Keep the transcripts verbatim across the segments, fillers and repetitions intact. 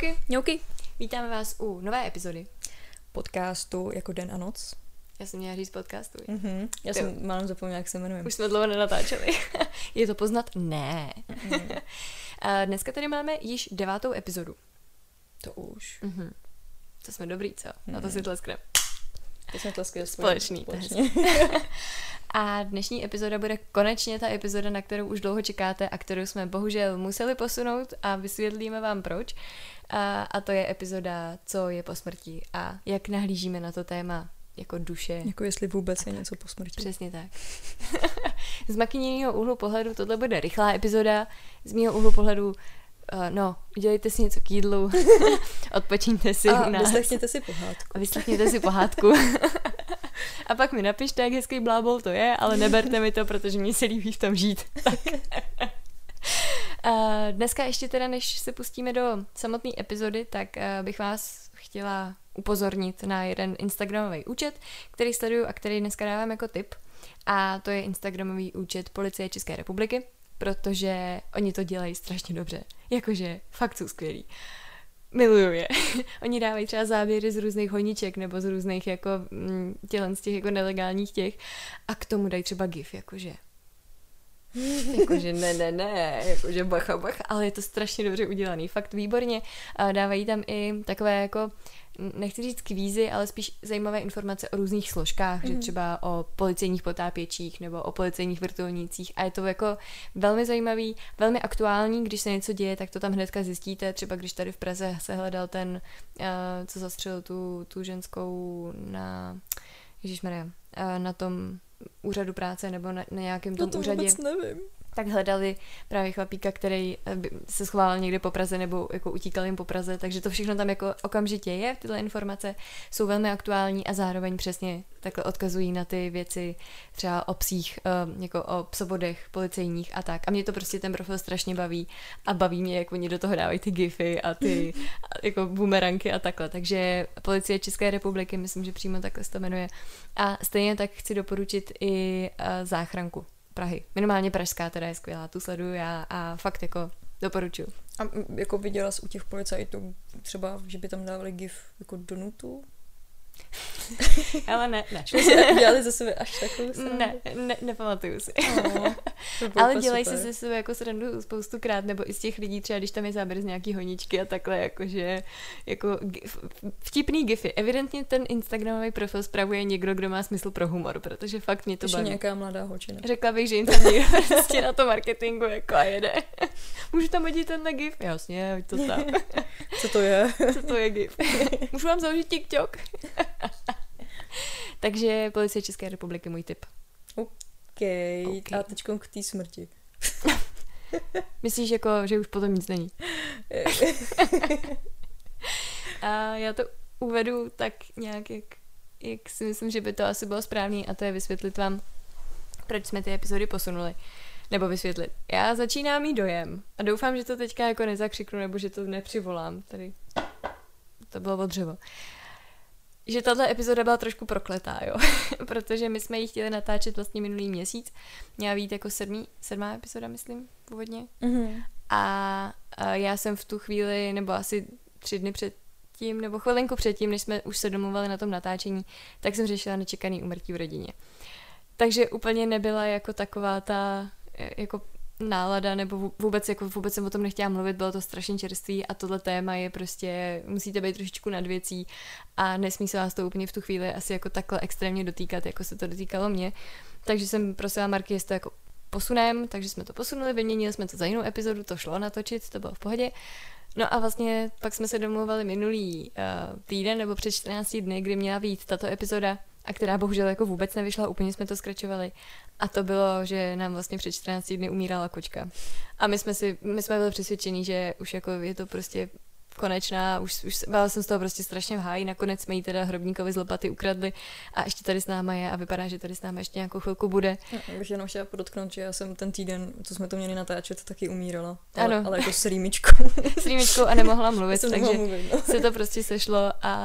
Čauky. Ňouky. Vítáme vás u nové epizody Podcastu jako Den a noc. Já jsem měla říct podcastu. Mm-hmm. Já jsem jo. málem zapomněla, jak se jmenujeme. Už jsme dlouho nenatáčeli. Je to poznat? Ne. Mm. A dneska tady máme již devátou epizodu. To už. Mm-hmm. To jsme dobrý, co? Mm. Na to si tleskneme. To jsme tleskali společný. společně. A dnešní epizoda bude konečně ta epizoda, na kterou už dlouho čekáte a kterou jsme bohužel museli posunout a vysvětlíme vám proč. A, a to je epizoda Co je po smrti a jak nahlížíme na to téma jako duše. Jako jestli vůbec je něco po smrti. Přesně tak. Z Makyního úhlu pohledu tohle bude rychlá epizoda. Z mýho úhlu pohledu uh, no, udělejte si něco k jídlu, odpočíňte si a u nás. vyslechněte si pohádku. A vyslechněte si pohádku. A pak mi napište, jak hezký blábol to je, ale neberte mi to, protože mě se líbí v tom žít. Tak. A dneska ještě teda, než se pustíme do samotné epizody, tak bych vás chtěla upozornit na jeden instagramový účet, který sleduju a který dneska dávám jako tip. A to je instagramový účet Policie České republiky, protože oni to dělají strašně dobře. Jakože fakt jsou skvělí. Miluju je. Oni dávají třeba záběry z různých honiček nebo z různých jako mm, tělen z těch jako nelegálních těch a k tomu dají třeba gif, jakože jakože ne, ne, ne, jakože bacha, bacha, ale je to strašně dobře udělaný, fakt výborně. A dávají tam i takové jako, nechci říct kvízy, ale spíš zajímavé informace o různých složkách, mm. že třeba o policejních potápěčích nebo o policejních vrtulnících a je to jako velmi zajímavý, velmi aktuální, když se něco děje, tak to tam hnedka zjistíte, třeba když tady v Praze se hledal ten, uh, co zastřelil tu, tu ženskou na, ježišmarja, uh, na tom úřadu práce nebo na, na nějakém tom no to úřadě. Vůbec nevím. Tak hledali právě chlapíka, který se schoval někde po Praze nebo jako utíkal jim po Praze, takže to všechno tam jako okamžitě je, tyhle informace jsou velmi aktuální a zároveň přesně takhle odkazují na ty věci třeba o psích, jako o psovodech policejních a tak. A mě to prostě ten profil strašně baví a baví mě, jak oni do toho dávají ty gify a ty jako bumeranky a takhle. Takže Policie České republiky, myslím, že přímo takhle se to jmenuje. A stejně tak chci doporučit i Záchranku Prahy. Minimálně pražská teda je skvělá, tu sleduju já a fakt jako doporučuji. A jako viděla jsi u těch policajtů třeba, že by tam dávali gif jako donutu? Ale ne, ne. Dělali ze sebe až takovou srandu? Ne, ne, nepamatuju si. Oh, ale dělají si ze sebe jako srandu spoustukrát, nebo i z těch lidí třeba, když tam je záběr z nějaký honičky a takhle, jakože jako vtipný gify. Evidentně ten instagramový profil spravuje někdo, kdo má smysl pro humor, protože fakt mě to Ještě baví. nějaká mladá holčina. Řekla bych, že jim tam někdo prostě na to marketingu jako a jede. Můžu tam hodit tenhle gif? Jasně, hoď to tam. Co to je? Co to je gif? Můžu vám založit TikTok? Takže Policie České republiky můj tip. OK. okay. A teďkom k té smrti. Myslíš jako, že už potom nic není? A já to uvedu tak nějak, jak, jak si myslím, že by to asi bylo správný a to je vysvětlit vám, proč jsme ty epizody posunuli. Nebo vysvětlit. Já začínám mít dojem a doufám, že to teďka jako nezakřiknu nebo že to nepřivolám. Tady to bylo o dřevo. Že tato epizoda byla trošku prokletá, jo. Protože my jsme ji chtěli natáčet vlastně minulý měsíc. Měla být jako sedmý, sedmá epizoda, myslím, původně. Mm-hmm. A, a já jsem v tu chvíli, nebo asi tři dny předtím, nebo chvilinku předtím, než jsme už se domluvali na tom natáčení, tak jsem řešila nečekaný úmrtí v rodině. Takže úplně nebyla jako taková ta jako nálada, nebo vůbec, jako vůbec jsem o tom nechtěla mluvit, bylo to strašně čerství a tohle téma je prostě, musíte být trošičku nad věcí a nesmí se vás to úplně v tu chvíli asi jako takhle extrémně dotýkat, jako se to dotýkalo mě. Takže jsem prosila Marky, jestli to jako posunem, takže jsme to posunuli, vyměnili jsme to za jinou epizodu, to šlo natočit, to bylo v pohodě. No a vlastně pak jsme se domluvali minulý uh, týden nebo před čtrnácti dny, kdy měla být tato epizoda, a která bohužel jako vůbec nevyšla, úplně jsme to zkračovali. A to bylo, že nám vlastně před čtrnácti dny umírala kočka. A my jsme si, my jsme byli přesvědčení, že už jako je to prostě konečná, už, už byla jsem z toho prostě strašně v háji, nakonec jsme jí teda hrobníkovi z lopaty ukradli a ještě tady s náma je a vypadá, že tady s náma ještě nějakou chvilku bude. Já bych jenom chtěla podotknout, že já jsem ten týden, co jsme to měli natáčet, taky umírala. Ale, ano. ale jako s rýmičkou. S rýmičkou a nemohla mluvit, takže mluvit, no. se to prostě sešlo a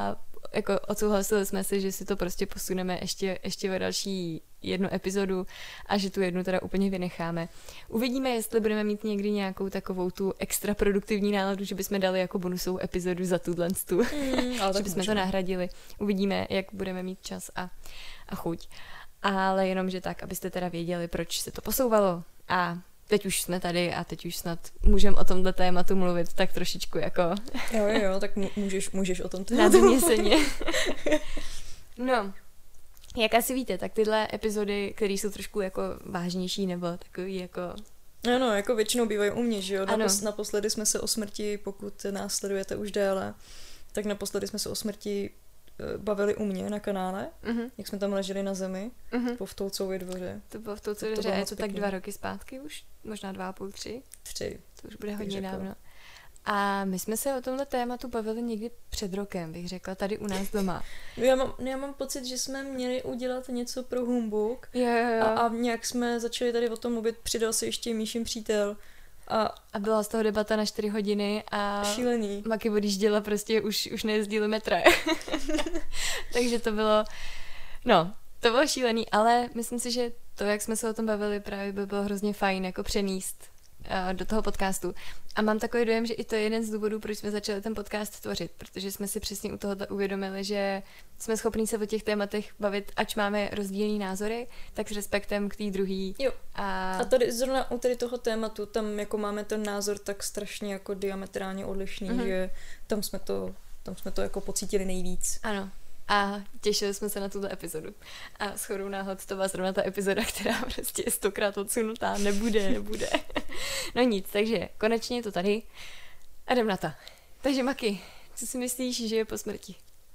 jako odsouhlasili jsme si, že si to prostě posuneme ještě, ještě o další jednu epizodu a že tu jednu teda úplně vynecháme. Uvidíme, jestli budeme mít někdy nějakou takovou tu extra produktivní náladu, že bychom dali jako bonusovou epizodu za tuhle tu, mm, že bychom to nahradili. Uvidíme, jak budeme mít čas a, a chuť. Ale jenom, že tak, abyste teda věděli, proč se to posouvalo. A teď už jsme tady a teď už snad můžeme o tomhle tématu mluvit tak trošičku jako... Jo, jo, jo, tak můžeš, můžeš o tom tématu nadměseně. No, jak asi víte, tak tyhle epizody, které jsou trošku jako vážnější nebo takový jako... Ano, jako většinou bývají u mě, že jo? Napos- naposledy jsme se o smrti, pokud nás sledujete už déle, tak naposledy jsme se o smrti bavili u mě na kanále, uh-huh. jak jsme tam leželi na zemi, uh-huh. po Vtoucově dvoře. To bylo Vtoucově dvoře, je to tak dva roky zpátky už? Možná dva a půl, tři? Tři. To už bude hodně dávno. A my jsme se o tomhle tématu bavili někdy před rokem, bych řekla, tady u nás doma. Já mám, já mám pocit, že jsme měli udělat něco pro Humbug jo, jo, jo. A, a nějak jsme začali tady o tom mluvit, přidal se ještě Míšin přítel. A, a byla z toho debata na čtyři hodiny a šílený. Maki odjížděla prostě, už, už nejezdíli metra. Takže to bylo, no, to bylo šílený, ale myslím si, že to, jak jsme se o tom bavili, právě by bylo hrozně fajn jako přenést uh, do toho podcastu. A mám takový dojem, že i to je jeden z důvodů, proč jsme začali ten podcast tvořit, protože jsme si přesně u tohoto uvědomili, že jsme schopní se o těch tématech bavit, ač máme rozdílný názory, tak s respektem k té druhý. Jo. A... a tady zrovna u tady toho tématu, tam jako máme ten názor tak strašně jako diametrálně odlišný, mm-hmm. že tam jsme to, tam jsme to jako pocítili nejvíc. Ano. A těšili jsme se na tuto epizodu. A shodou náhod to byla zrovna ta epizoda, která prostě je stokrát odsunutá. Nebude, nebude. No nic, takže konečně je to tady. A jdem na to. Takže Maki, co si myslíš, že je po smrti?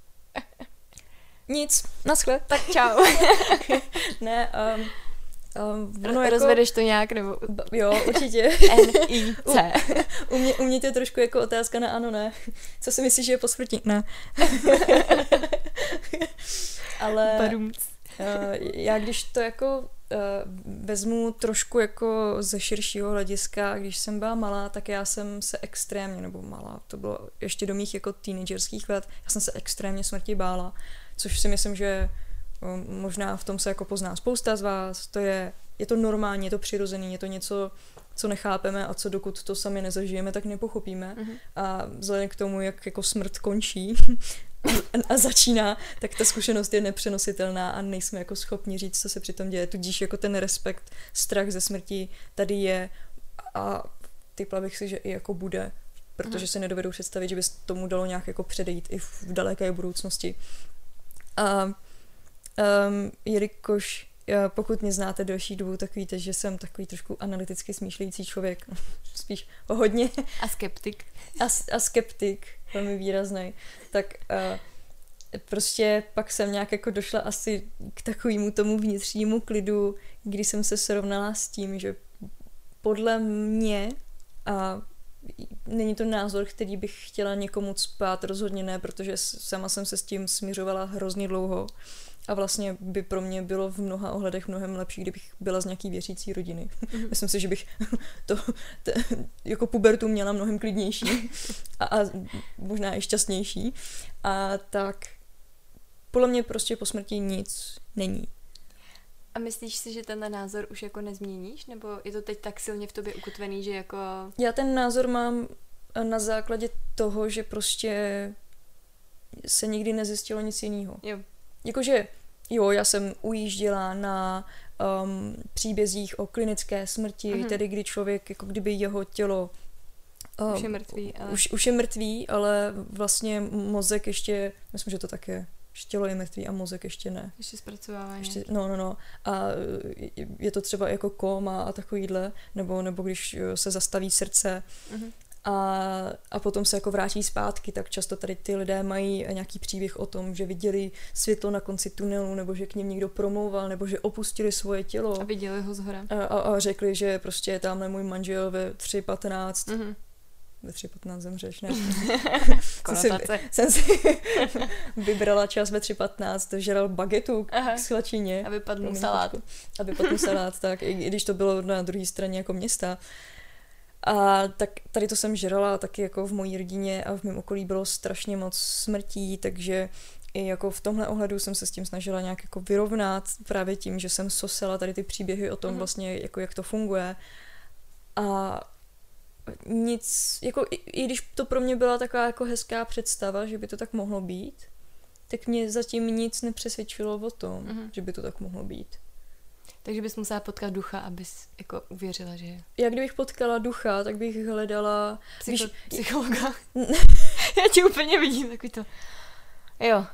Nic, naschle. Tak čau. Ne, um, Um, no jako, rozvedeš to nějak, nebo... Jo, určitě. N I C. U, u, mě, u mě to je trošku jako otázka na ano, ne. Co si myslíš, že je po smrti? Ne. Ale uh, já když to jako uh, vezmu trošku jako ze širšího hlediska, když jsem byla malá, tak já jsem se extrémně, nebo malá, to bylo ještě do mých jako teenagerských let, já jsem se extrémně smrti bála, což si myslím, že možná v tom se jako pozná spousta z vás, to je, je to normální, je to přirozený, je to něco, co nechápeme a co dokud to sami nezažijeme, tak nepochopíme. Uh-huh. A vzhledem k tomu, jak jako smrt končí a začíná, tak ta zkušenost je nepřenositelná a nejsme jako schopni říct, co se přitom děje. Tudíž jako ten respekt, strach ze smrti tady je a typla bych si, že i jako bude, protože uh-huh. se nedovedu představit, že by tomu dalo nějak jako předejít i v daleké budoucnosti. A Um, jelikož já, pokud mě znáte delší dobu, tak víte, že jsem takový trošku analyticky smýšlející člověk, spíš o hodně. A skeptik. A, a skeptik, velmi výrazný. Tak uh, prostě pak jsem nějak jako došla asi k takovému tomu vnitřnímu klidu, kdy jsem se srovnala s tím, že podle mě, a není to názor, který bych chtěla někomu cpát, rozhodně ne, protože sama jsem se s tím smiřovala hrozně dlouho. A vlastně by pro mě bylo v mnoha ohledech mnohem lepší, kdybych byla z nějaký věřící rodiny. Mm-hmm. Myslím si, že bych to, to jako pubertu měla mnohem klidnější a, a možná i šťastnější. A tak podle mě prostě po smrti nic není. A myslíš si, že tenhle názor už jako nezměníš? Nebo je to teď tak silně v tobě ukotvený, že jako... Já ten názor mám na základě toho, že prostě se nikdy nezjistilo nic jiného. Jo. Jakože, jo, já jsem ujížděla na um, příbězích o klinické smrti, mm-hmm. tedy kdy člověk, jako kdyby jeho tělo um, už je mrtvý, ale... Už, už je mrtvý, ale vlastně mozek ještě, myslím, že to tak je, že tělo je mrtvý a mozek ještě ne. Ještě zpracovávání. Ještě, no, no, no. A je to třeba jako kóma a takovýhle, nebo, nebo když se zastaví srdce, mm-hmm. A, a potom se jako vrátí zpátky, tak často tady ty lidé mají nějaký příběh o tom, že viděli světlo na konci tunelu, nebo že k něm někdo promlouval, nebo že opustili svoje tělo. A viděli ho zhora. A, a, a řekli, že prostě je tamhle můj manžel ve tři patnáct. Mm-hmm. Ve tři patnáct zemřeš, ne? Konotace. Jsem si vybrala čas ve tři patnáct, žral bagetu k slačině. A vypadnul salát. A vypadnul salát, tak, i, i když to bylo na druhé straně jako města. A tak tady to jsem žrala, taky jako v mojí rodině a v mém okolí bylo strašně moc smrtí, takže i jako v tomhle ohledu jsem se s tím snažila nějak jako vyrovnat právě tím, že jsem sosela tady ty příběhy o tom vlastně, jako jak to funguje. A nic, jako i, i když to pro mě byla taková jako hezká představa, že by to tak mohlo být, tak mě zatím nic nepřesvědčilo o tom, mm-hmm. že by to tak mohlo být. Takže bys musela potkat ducha, abys jako uvěřila, že je. Já kdybych potkala ducha, tak bych hledala... Psycho- víš, psychologa. Já tě úplně vidím, takový to... Jo.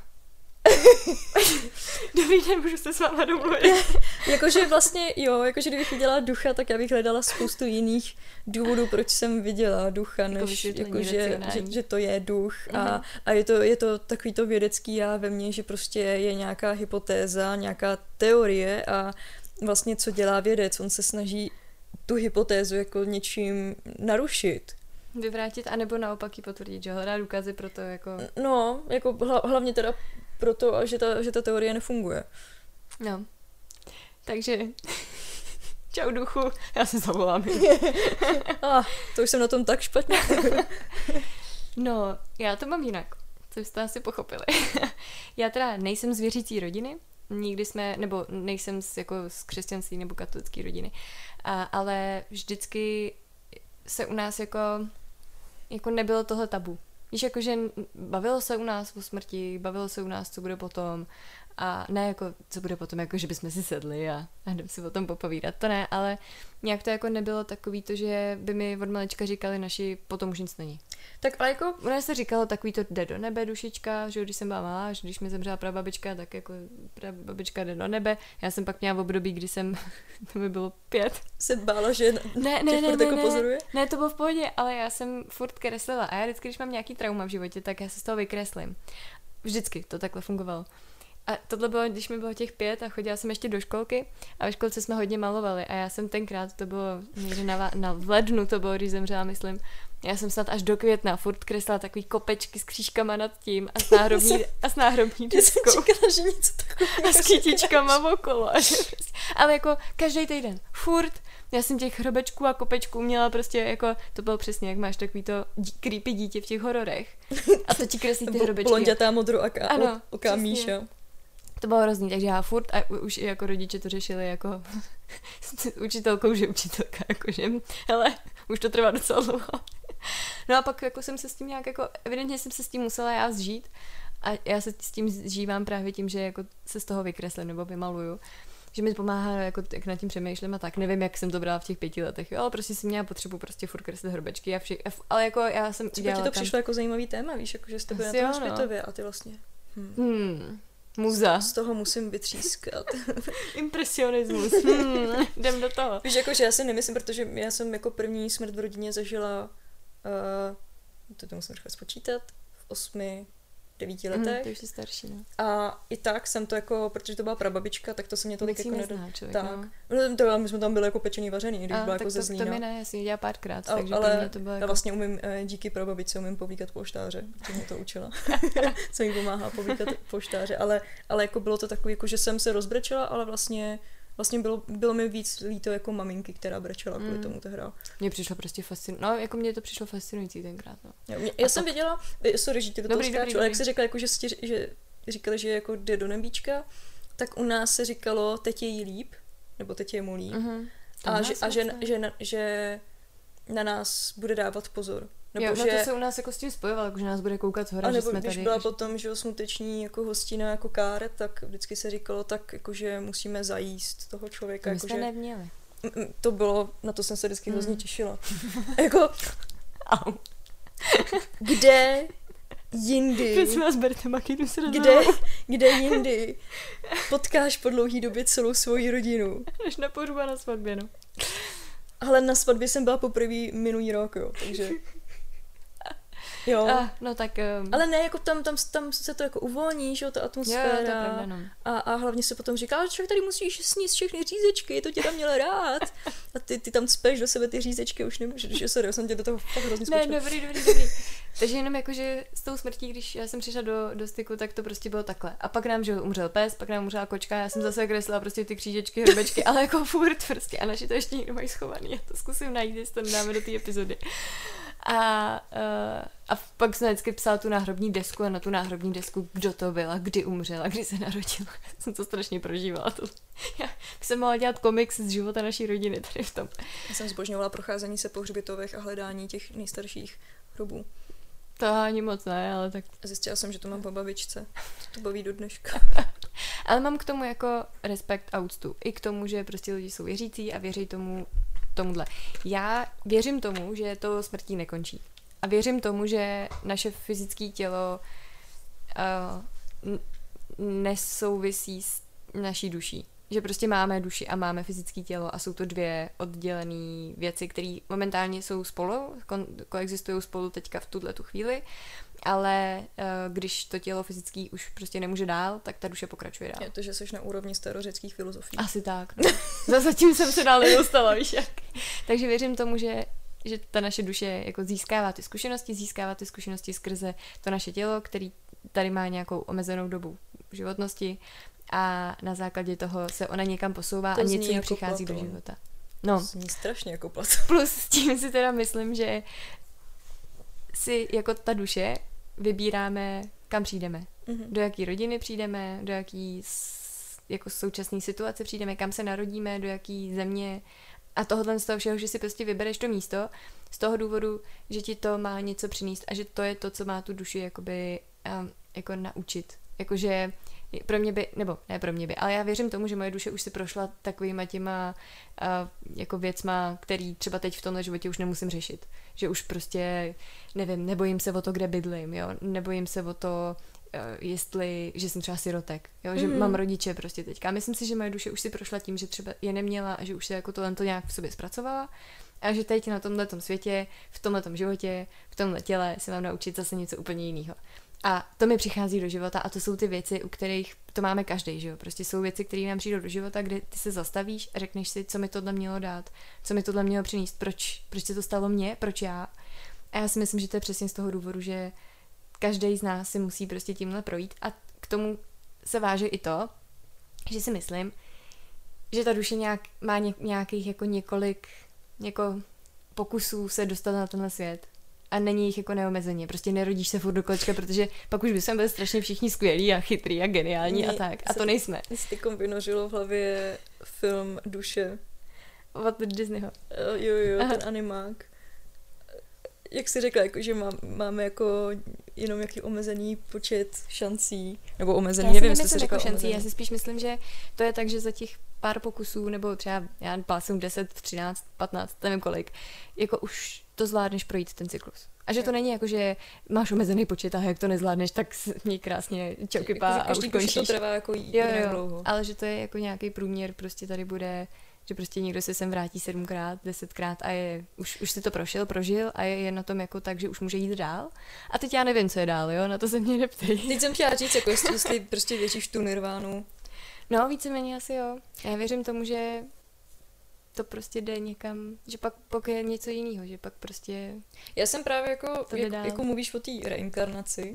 Dobrý den, můžu se s váma domluvit. Jakože vlastně, jo, jakože kdybych viděla ducha, tak já bych hledala spoustu jiných důvodů, proč jsem viděla ducha, než jako jakože, že, že to je duch. A, uh-huh. a je, to, je to takový to vědecký já ve mně, že prostě je nějaká hypotéza, nějaká teorie a vlastně co dělá vědec, on se snaží tu hypotézu jako něčím narušit. Vyvrátit, anebo naopak ji potvrdit, že hledá důkazy pro to jako... No, jako hla, hlavně teda proto, že ta, že ta teorie nefunguje. No. Takže... Čau duchu, já se zavolám. ah, to už jsem na tom tak špatně. No, já to mám jinak, což jste asi pochopili. Já teda nejsem z věřící rodiny, nikdy jsme, nebo nejsem z, jako z křesťanské nebo katolické rodiny, a, ale vždycky se u nás jako, jako nebylo tohle tabu. Víš, jakože bavilo se u nás o smrti, bavilo se u nás, co bude potom, a ne jako, co bude potom, jako, že bychom si sedli a, a jdem si o tom popovídat, to ne, ale nějak to jako nebylo takový to, že by mi od malička říkali naši, potom už nic není. Tak ale jako... U nás se říkalo takový to jde do nebe dušička, že když jsem byla malá, že když mi zemřela prababička, tak jako prababička jde do nebe. Já jsem pak měla období, kdy jsem, to by bylo pět. Se bála, že ne, ne, ne, furt ne, jako ne, pozoruje? Ne, to bylo v pohodě, ale já jsem furt kreslila a já vždycky, když mám nějaký trauma v životě, tak já se z toho vykreslím. Vždycky to takhle fungovalo. A tohle bylo, když mi bylo těch pět a chodila jsem ještě do školky a ve školce jsme hodně malovali a já jsem tenkrát, to bylo někde na, na v lednu to bylo, když zemřela, myslím, já jsem snad až do května furt kreslila takový kopečky s křížkama nad tím a s náhrobní, a s náhrobní deskou. Já jsem čekala, že něco takového. A s kytičkama okolo. A že prostě, ale jako každý týden, furt, já jsem těch hrobečků a kopečků měla prostě jako, to bylo přesně, jak máš takový to dí, creepy dítě v těch hororech. A to ti kreslí ty hrobečky. Blondětá modroaká, ano, oká Míša. To bylo hrozný, takže já furt, a už i jako rodiče to řešili jako s učitelkou, že učitelka, jakože, hele, už to trvá docela dlouho. No a pak jako jsem se s tím nějak jako, evidentně jsem se s tím musela já zžít a já se s tím zžívám právě tím, že jako se z toho vykreslím nebo vymaluju, že mi pomáhá, jako jak nad tím přemýšlím a tak, nevím, jak jsem to brala v těch pěti letech, jo, ale prostě jsem měla potřebu prostě furt kreslit hrobečky a vše, ale jako já jsem třeba ti to tam... přišlo jako zajímavý téma, víš, jako že jste byli na tom hřbitově a ty vlastně... Hmm. Hmm. Muza. Z toho musím vytřískat. Impresionismus. Hmm, jdem do toho. Víš, jakože já si nemyslím, protože já jsem jako první smrt v rodině zažila, uh, to, to musím rychle spočítat, v osmi, devíti letech. Mm, to už je starší, no. A i tak jsem to jako, protože to byla prababička, tak to se mě tolik jako nezná, člověk, tak. No. To, my jsme tam byli jako pečený vařený, když a, byla jako ze to, Zlína. to mi ne, já jsem dělala párkrát, a, takže ale mě to bylo jako... já vlastně umím, díky prababičce umím povlíkat poštáře, protože mě to učila. Co mi pomáhá povlíkat poštáře, ale, ale jako bylo to takový, jako že jsem se rozbrečela, ale vlastně Vlastně bylo, bylo mi víc líto jako maminky, která brečela kvůli mm. tomu hra. Mně přišlo prostě fascinující. No, jako mně to přišlo fascinující tenkrát, no. Já, mě, já jsem pak... viděla, sorry, že ti do toho dobrý, skáču, dobrý, ale dobrý. jak jsi řekla, jako, že, jsi, že říkali, že jako jde do nebíčka, tak u nás se říkalo, teď je jí líp, nebo teď je mu líp. Mm-hmm. A, že, a že, že, na, že na nás bude dávat pozor. Nebo jo, že, no to se u nás jako s tím spojovalo, jako, že nás bude koukat z hora, a nebo že jsme když tady. byla potom, že smuteční jako hostina jako káret, tak vždycky se říkalo tak, jako, že musíme zajíst toho člověka. My jako, jsme že... neměli. To bylo, na to jsem se vždycky mm. hrozně těšila. jako... Au. Kde jindy... Prosím vás, berte makinu se kde, kde jindy potkáš po dlouhý době celou svoji rodinu. Až na pohřbu a na svatbě, no. Ale na svatbě jsem byla poprvé minulý rok, jo, takže... Jo. Ah, no tak... Um... Ale ne, jako tam, tam, tam se to jako uvolní, že jo, ta atmosféra. Jo, to je pravda, no. a, a hlavně se potom říká, ale člověk tady musíš sníst všechny řízečky, to tě tam měl rád. A ty, ty tam cpeš do sebe ty řízečky, už nemůžeš, že sorry, já jsem tě do toho fakt hrozně skočila. Ne, dobrý, dobrý, dobrý. Takže jenom jakože s tou smrtí, když já jsem přišla do, do styku, tak to prostě bylo takhle. A pak nám, že umřel pes, pak nám umřela kočka, já jsem zase kreslila prostě ty křížečky, hrobečky, ale jako furt prostě. A naši to ještě někdo mají schovaný, já to zkusím najít, jestli to nedáme do té epizody. A, uh, a pak jsem vždycky psala tu náhrobní desku a na tu náhrobní desku, kdo to byl a kdy umřel a kdy se narodil. Jsem to strašně prožívala. To. Já jsem mohla dělat komiks z života naší rodiny tady v tom. Já jsem zbožňovala procházení se po hřbitovech a hledání těch nejstarších hrobů. To ani moc ne, ale tak... Zjistila jsem, že to mám po babičce. To baví do dneška. Ale mám k tomu jako respekt a úctu. I k tomu, že prostě lidi jsou věřící a věří tomu tomuhle. Já věřím tomu, že to smrtí nekončí. A věřím tomu, že naše fyzické tělo uh, nesouvisí s naší duší. Že prostě máme duši a máme fyzické tělo a jsou to dvě oddělené věci, které momentálně jsou spolu, ko- koexistují spolu teďka v tuhle tu chvíli, ale uh, když to tělo fyzický už prostě nemůže dál, tak ta duše pokračuje dál. Je to, že jsi na úrovni starořeckých filozofií. Asi tak. No. Zatím jsem se dál nedostala, víš jak. Takže věřím tomu, že že ta naše duše jako získává ty zkušenosti, získává ty zkušenosti skrze to naše tělo, který tady má nějakou omezenou dobu životnosti a na základě toho se ona někam posouvá to a něco jí jako přichází Platon. Do života. No. To zní strašně jako Platon. Plus s tím si teda myslím, že si jako ta duše vybíráme, kam přijdeme. Mm-hmm. Do jaký rodiny přijdeme, do jaký jako současné situace přijdeme, kam se narodíme, do jaký země. A tohohle z toho všeho, že si prostě vybereš to místo z toho důvodu, že ti to má něco přinést a že to je to, co má tu duši jakoby um, jako naučit. Jakože pro mě by, nebo ne pro mě by, ale já věřím tomu, že moje duše už si prošla takovýma těma uh, jako věcma, který třeba teď v tomhle životě už nemusím řešit. Že už prostě, nevím, nebojím se o to, kde bydlím, jo, nebojím se o to, jestli, že jsem třeba sirotek, jo? Že mm. mám rodiče prostě teďka. A myslím si, že moje duše už si prošla tím, že třeba je neměla a že už se jako tohle to nějak v sobě zpracovala a že teď na tomhletom světě, v tomhletom životě, v tomhle těle se mám naučit zase něco úplně jiného. A to mi přichází do života a to jsou ty věci, u kterých to máme každý, že jo. Prostě jsou věci, které nám přijdou do života, kde ty se zastavíš a řekneš si, co mi tohle mělo dát, co mi tohle mělo přinést, proč, proč se to stalo mně, proč já. A já si myslím, že to je přesně z toho důvodu, že každý z nás si musí prostě tímhle projít a k tomu se váže i to, že si myslím, že ta duše nějak, má ně, nějakých jako několik jako pokusů se dostat na tenhle svět a není jich jako neomezeně. Prostě nerodíš se furt do kolečka, protože pak už bychom byli strašně všichni skvělí a chytrý a geniální a tak. A to nejsme. Stykom vynořilo v hlavě film Duše. Od Disneyho. Uh, jo, jo, Aha. ten animák. Jak jsi řekla, jako, že má, máme jako jenom jaký omezený počet šancí, nebo omezený, já nevím, jestli jsi řekla jako šancí, omezený. Já si spíš myslím, že to je tak, že za těch pár pokusů, nebo třeba já pásím deset, třináct, patnáct, nevím kolik, jako už to zvládneš projít ten cyklus. A že to není jako, že máš omezený počet a jak to nezvládneš, tak mě krásně čokypá jako, a už končíš. To trvá jako jo, jo, dlouho. Ale že to je jako nějaký průměr, prostě tady bude, že prostě někdo se sem vrátí sedmkrát, desetkrát a je, už, už si to prošel, prožil a je, je na tom jako tak, že už může jít dál. A teď já nevím, co je dál, jo, na to se mě neptej. Teď jsem chtěla říct, jako jestli, jestli prostě věříš tu nirvánu. No, víceméně asi jo. Já věřím tomu, že to prostě jde někam, že pak, pak je něco jiného, že pak prostě... Já jsem právě jako, jak, jako mluvíš o té reinkarnaci,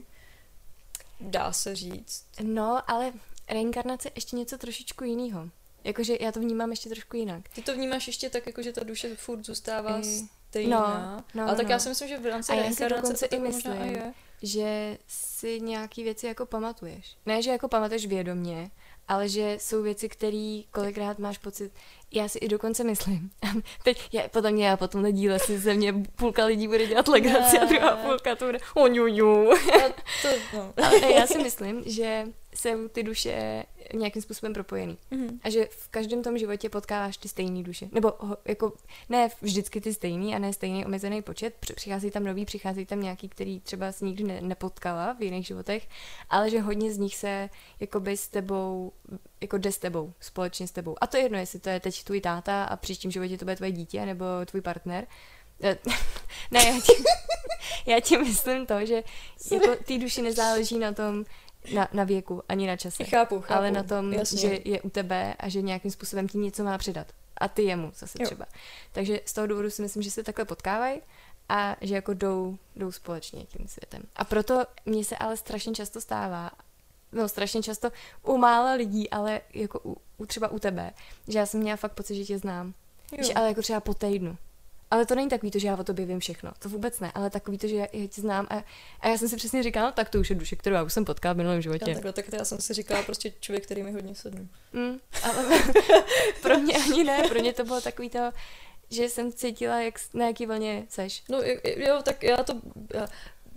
dá se říct. No, ale reinkarnace je ještě něco trošičku jiného. Jakože já to vnímám ještě trošku jinak. Ty to vnímáš ještě tak, jako že ta duše furt zůstává stejná. No, no, ale tak no. Já si myslím, že v rámci reinkarnace to i myslím, je. Že si nějaký věci jako pamatuješ. Ne, že jako pamatuješ vědomě, ale že jsou věci, které kolikrát máš pocit, já si i dokonce myslím. Teď, já, podle mě, já po tomhle díle si ze mě půlka lidí bude dělat legraci a druhá půlka to bude oňuňu. To, no. Ale já si myslím, že jsou ty duše nějakým způsobem propojený. Mm-hmm. A že v každém tom životě potkáváš ty stejný duše. Nebo jako ne vždycky ty stejný a ne stejný omezený počet. Přichází tam nový, přichází tam nějaký, který třeba si nikdy ne, nepotkala v jiných životech, ale že hodně z nich se jakoby s tebou, jako jde s tebou, společně s tebou. A to je jedno, jestli to je teď tvůj táta a v příštím životě to bude tvoje dítě nebo tvůj partner. Ne, já ti, já ti myslím to, že jako ty duši nezáleží na tom, Na, na věku, ani na čase. Chápu, chápu. Ale na tom, jasně. že je u tebe a že nějakým způsobem ti něco má předat. A ty jemu zase jo. třeba. Takže z toho důvodu si myslím, že se takhle potkávají a že jako jdou, jdou společně tím světem. A proto mně se ale strašně často stává, no strašně často u mála lidí, ale jako u, u třeba u tebe, že já jsem měla fakt pocit, že tě znám. Že ale jako třeba po týdnu. Ale to není takový to, že já o tobě vím všechno. To vůbec ne, ale takový to, že já, já tě znám a, a já jsem si přesně říkala, no, tak to už je duše, kterou já už jsem potkala v minulém životě. Já, takhle, tak já jsem si říkala prostě člověk, který mi hodně sedne. Mm, ale pro mě ani ne, pro mě to bylo takový to, že jsem cítila, jak, na jaký vlně seš. No jo, tak já to... Já...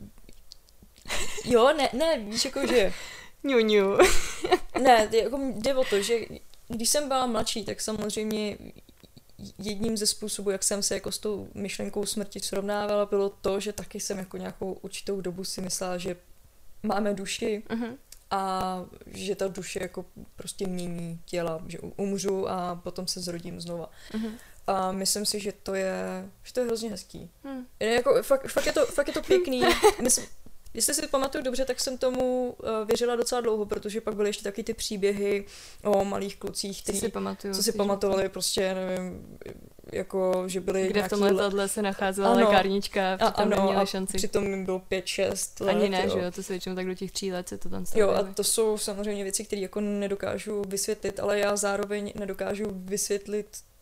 Jo, ne, ne, víš, jako že... Ňu, ňu. Ne, jako jde o to, že když jsem byla mladší, tak samozřejmě jedním ze způsobů, jak jsem se jako s tou myšlenkou smrti srovnávala, bylo to, že taky jsem jako nějakou určitou dobu si myslela, že máme duši uh-huh. a že ta duše jako prostě mění těla, že umřu a potom se zrodím znova. Uh-huh. A myslím si, že to je, že to je hrozně hezký. Hmm. Jako, fakt, fakt, je to, fakt je to pěkný. Myslím, jestli si pamatuju dobře, tak jsem tomu uh, věřila docela dlouho, protože pak byly ještě taky ty příběhy o malých klucích, který, si pamatuju, co si pamatovali, prostě nevím, jako, že byly kde nějaký... v tom letadle se nacházela ano, lékárnička, přitom a, ano, neměli a šanci. Přitom jim bylo pět šest let. Ani ne, jo. že jo, to se většinou tak do těch tří let se to tam stavili. Jo, a to jsou samozřejmě věci, které jako nedokážu vysvětlit, ale já zároveň nedokážu vysvětlit,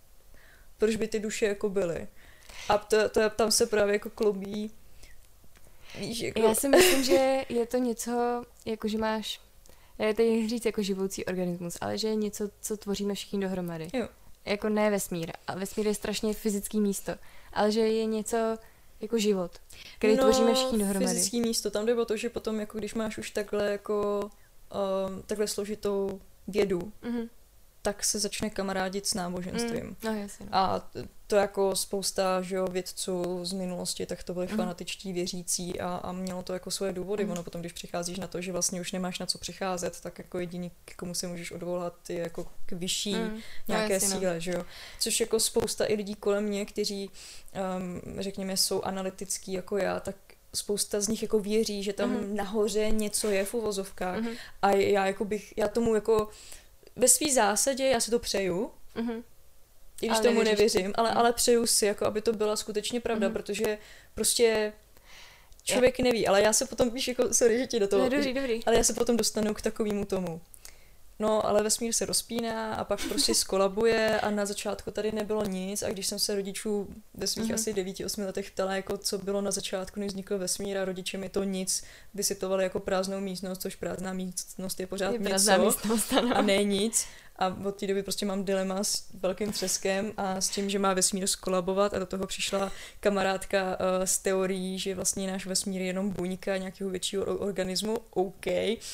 proč by ty duše jako byly. A to, to tam se právě jako klobí. Víš, jako... Já si myslím, že je to něco, jako že máš, já teď říct jako živoucí organismus, ale že je něco, co tvoříme všichni dohromady. Jo. Jako ne vesmír. A vesmír je strašně fyzický místo. Ale že je něco jako život, který no, tvoříme všichni dohromady. Fyzický místo. Tam jde o to, že potom, jako když máš už takhle jako um, takhle složitou vědu, mm-hmm. tak se začne kamarádit s náboženstvím. Mm, no jasně. A to jako spousta že jo, vědců z minulosti, tak to byli mm. fanatičtí věřící a, a mělo to jako svoje důvody. Mm. Ono potom, když přicházíš na to, že vlastně už nemáš na co přicházet, tak jako jediný, k komu se můžeš odvolat, je jako k vyšší mm. nějaké no, síle, no. Že jo. Což jako spousta i lidí kolem mě, kteří, um, řekněme, jsou analytický jako já, tak spousta z nich jako věří, že tam mm. nahoře něco je v uvozovkách. Mm. A já jako bych, já tomu jako ve svý zásadě já si to přeju, mm-hmm. i když ale tomu nevěřím, ale, ale přeju si, jako aby to byla skutečně pravda, mm-hmm. protože prostě člověk neví, ale já se potom, víš, jako, sorry, že ti do toho, no, dobrý, dobrý. ale já se potom dostanu k takovému tomu. No, ale vesmír se rozpíná a pak prostě skolabuje a na začátku tady nebylo nic a když jsem se rodičů ve svých mm-hmm. asi devíti, osmi letech ptala, jako co bylo na začátku, než vznikl vesmír a rodiče mi to nic vysvětlovali jako prázdnou místnost, což prázdná místnost je pořád je něco místnost, a ne nic. A od té doby prostě mám dilema s velkým třeskem a s tím, že má vesmír skolabovat a do toho přišla kamarádka uh, s teorií, že vlastně náš vesmír je jenom buňka nějakého většího organismu, OK.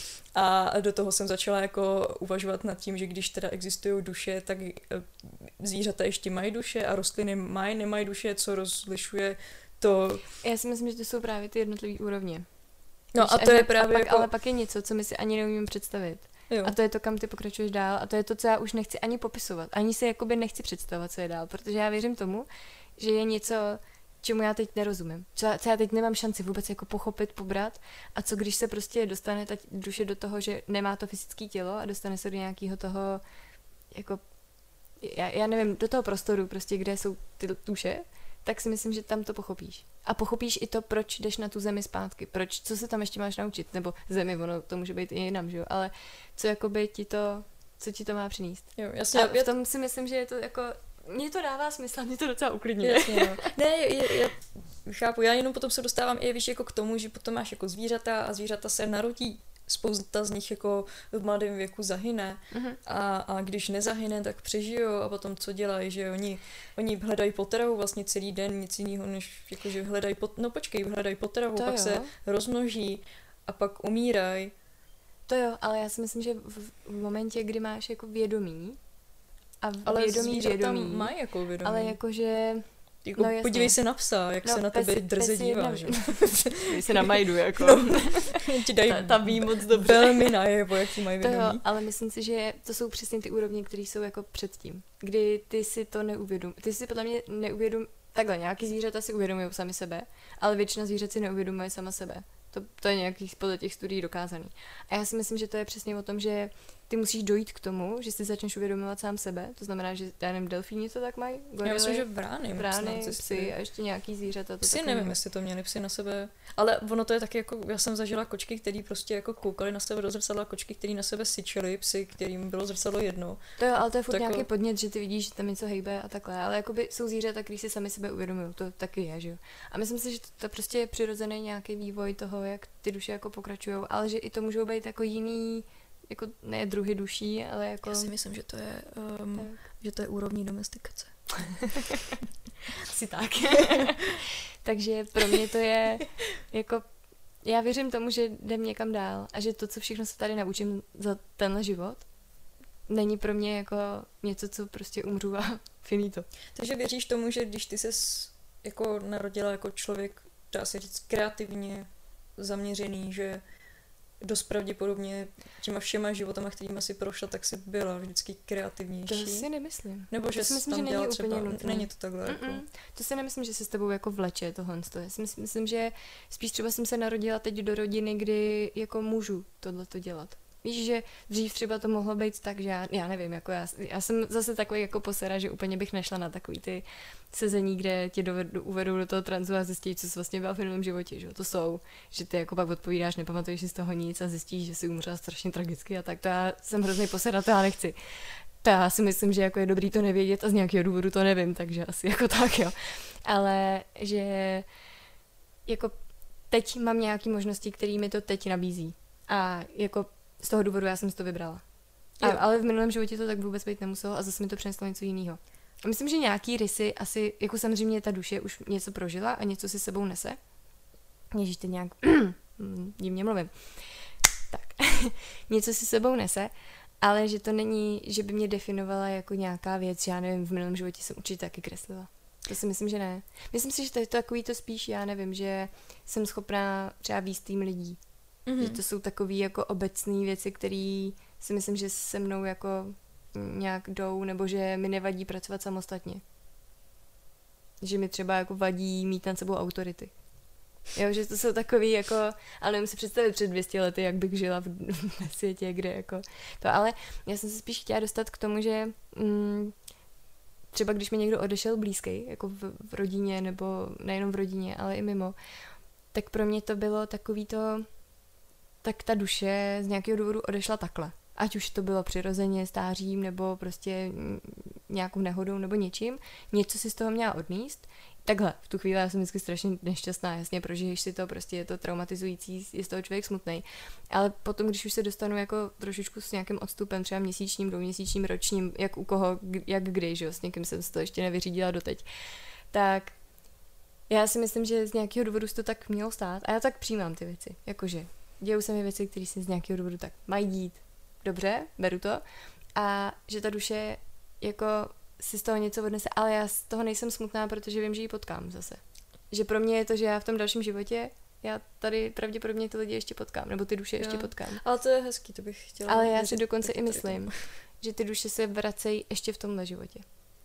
A do toho jsem začala jako uvažovat nad tím, že když teda existují duše, tak uh, zvířata ještě mají duše a rostliny mají, nemají duše, co rozlišuje to... Já si myslím, že to jsou právě ty jednotlivé úrovně. No Víš, a to je právě pak, jako... Ale pak je něco, co my si ani neumíme představit. Jo. A to je to, kam ty pokračuješ dál a to je to, co já už nechci ani popisovat. Ani si jakoby nechci představovat, co je dál, protože já věřím tomu, že je něco, čemu já teď nerozumím. Co já, co já teď nemám šanci vůbec jako pochopit, pobrat a co když se prostě dostane ta duše do toho, že nemá to fyzické tělo a dostane se do nějakého toho, jako, já, já nevím, do toho prostoru prostě, kde jsou ty duše, tak si myslím, že tam to pochopíš. A pochopíš i to, proč jdeš na tu zemi zpátky. Proč, co se tam ještě máš naučit. Nebo zemi, ono to může být i jinam, že jo. Ale co jakoby ti to, co ti to má přinést. Jo, jasně. A v tom si myslím, že je to jako, mně to dává smysl a mě to docela uklidňuje. Jasně, no. Ne, je, je, chápu, já jenom potom se dostávám i víš, jako k tomu, že potom máš jako zvířata a zvířata se narodí. Spousta z nich jako v mladém věku zahyne uh-huh. a, a když nezahyne, tak přežijou a potom co dělají, že oni, oni hledají potravu vlastně celý den, nic jiného, než jako, že hledají, pot, no počkej, hledají potravu, to pak jo. se rozmnoží a pak umírají. To jo, ale já si myslím, že v, v momentě, kdy máš jako vědomí a ale vědomí vědomí, mají jako vědomí. ale jakože jako, no, podívej se na psa, jak no, se na tebe pes, drze pes dívá, že? Podívej se na Majdu, jako. No, ti dají ta, ta ví moc dobře. Velmi najevo, jak ti mají vědomí. To jo, ale myslím si, že to jsou přesně ty úrovně, které jsou jako předtím. Kdy ty si to neuvědomí. Ty si podle mě neuvědomí. Takhle, nějaký zvířata si uvědomují sami sebe, ale většina zvířat si neuvědomuje sama sebe. To, to je nějakých podle těch studií dokázaný. A já si myslím, že to je přesně o tom, že ty musíš dojít k tomu, že si začneš uvědomovat sám sebe, to znamená, že já nevím, delfíni to tak mají? Gorily, já myslím, že vrány. Vrány, psy a ještě nějaký zvířata. To psy nevím, nevím, jestli to měli psy na sebe, ale ono to je taky jako, já jsem zažila kočky, který prostě jako koukali na sebe do zrcadla, kočky, který na sebe syčeli, psy, kterým bylo zrcadlo jedno. To jo, ale to je furt tak nějaký jako... podnět, že ty vidíš, že tam něco hejbe a takhle, ale jakoby jsou zvířata, který si sami sebe uvědomují, to taky je, že jo. A myslím si, že to, to prostě je přirozený nějaký vývoj toho, jak ty duše jako pokračují, ale že i to můžou být jako jiný, jako ne druhy duší, ale jako... Já si myslím, že to je, um, že to je úrovní domestikace. Asi tak. Takže pro mě to je jako, já věřím tomu, že jdem někam dál a že to, co všechno se tady naučím za tenhle život, není pro mě jako něco, co prostě umřu a finito. Takže věříš tomu, že když ty ses jako narodila jako člověk, dá se říct, kreativně zaměřený, že dost pravděpodobně těma všema životama, kterýma si prošla, tak si byla vždycky kreativnější. To si nemyslím. Nebo že si myslím, tam že není třeba, úplně nutné. Není to takhle. Jako. To si nemyslím, že se s tebou jako vleče tohle. Já si myslím, myslím, že spíš třeba jsem se narodila teď do rodiny, kdy jako můžu tohleto dělat. Víš, že dřív třeba to mohlo být tak, že já, já nevím, jako já, já jsem zase takový jako posera, že úplně bych nešla na takový ty sezení, kde tě dovedu, uvedou do toho transu a zjistí, co jsi vlastně byla v minulém životě, že to jsou, že ty jako pak odpovídáš, nepamatuješ si z toho nic a zjistíš, že jsi umřela strašně tragicky a tak, to já jsem hrozný posera, to já nechci. To já si myslím, že jako je dobrý to nevědět a z nějakého důvodu to nevím, takže asi jako tak, jo. Ale že jako teď mám nějaké možnosti, které mi to teď nabízí. A jako z toho důvodu já jsem si to vybrala. A, ale v minulém životě to tak vůbec být nemuselo a zase mi to přineslo něco jiného. A myslím, že nějaký rysy asi, jako samozřejmě ta duše už něco prožila a něco si sebou nese. Ježíš, teď nějak divně mluvím. Tak, něco si sebou nese, ale že to není, že by mě definovala jako nějaká věc, že já nevím, v minulém životě jsem určitě taky kreslila. To si myslím, že ne. Myslím si, že to je takový to spíš, já nevím, že jsem schopná třeba víc tým lidí. Mm-hmm. Že to jsou takové jako obecné věci, které si myslím, že se mnou jako nějak jdou, nebo že mi nevadí pracovat samostatně. Že mi třeba jako vadí mít nad sebou autority. Jo, že to jsou takový jako, ale nevím si představit před dvě stě lety, jak bych žila v, v světě, kde jako to, ale já jsem se spíš chtěla dostat k tomu, že mm, třeba když mi někdo odešel blízký, jako v, v rodině, nebo nejenom v rodině, ale i mimo, tak pro mě to bylo takový to, tak ta duše z nějakého důvodu odešla takhle. Ať už to bylo přirozeně stářím, nebo prostě nějakou nehodou, nebo něčím. Něco si z toho měla odníst. Takhle, v tu chvíli já jsem vždycky strašně nešťastná, jasně, prožiješ si to, prostě je to traumatizující, je z toho člověk smutnej. Ale potom, když už se dostanu jako trošičku s nějakým odstupem, třeba měsíčním, dvouměsíčním, ročním, jak u koho, jak kdy, že jo, s někým jsem si to ještě nevyřídila doteď, tak já si myslím, že z nějakého důvodu se to tak mělo stát a já tak přijímám ty věci, jakože dějou se mi věci, které si z nějakého důvodu tak mají dít. Dobře, beru to. A že ta duše jako si z toho něco odnese, ale já z toho nejsem smutná, protože vím, že ji potkám zase. Že pro mě je to, že já v tom dalším životě, já tady pravděpodobně ty lidi ještě potkám, nebo ty duše jo. ještě potkám. Ale to je hezký, to bych chtěla. Ale já si dokonce i myslím, že ty duše se vracejí ještě v tomhle životě.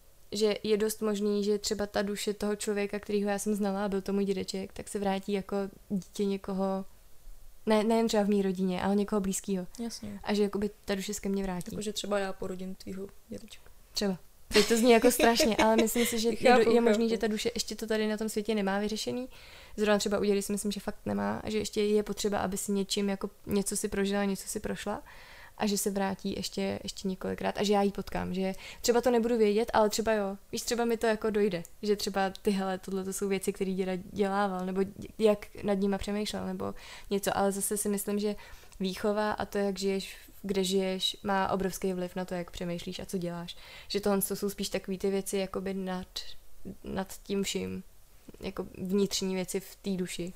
Že je dost možný, že třeba ta duše toho člověka, kterýho já jsem znala, a byl to můj dědeček, tak se vrátí jako dítě někoho. Ne, nejen třeba v mý rodině, ale někoho blízkého. Jasně. A že jakoby ta duše se ke mně vrátí. Jakože třeba já porodím tvýho dědečka. Třeba. Teď to zní jako strašně, ale myslím si, že chápu, je, je možný, chápu. že ta duše ještě to tady na tom světě nemá vyřešený. Zrovna třeba u dědy si myslím, že fakt nemá. A že ještě je potřeba, aby si něčím jako něco si prožila, něco si prošla. A že se vrátí ještě, ještě několikrát a že já jí potkám, že třeba to nebudu vědět, ale třeba jo, víš, třeba mi to jako dojde, že třeba ty hele, tohle to jsou věci, které děda dělával, nebo jak nad nima přemýšlel, nebo něco, ale zase si myslím, že výchova a to, jak žiješ, kde žiješ, má obrovský vliv na to, jak přemýšlíš a co děláš, že tohle to jsou spíš takové ty věci jakoby nad, nad tím vším, jako vnitřní věci v té duši.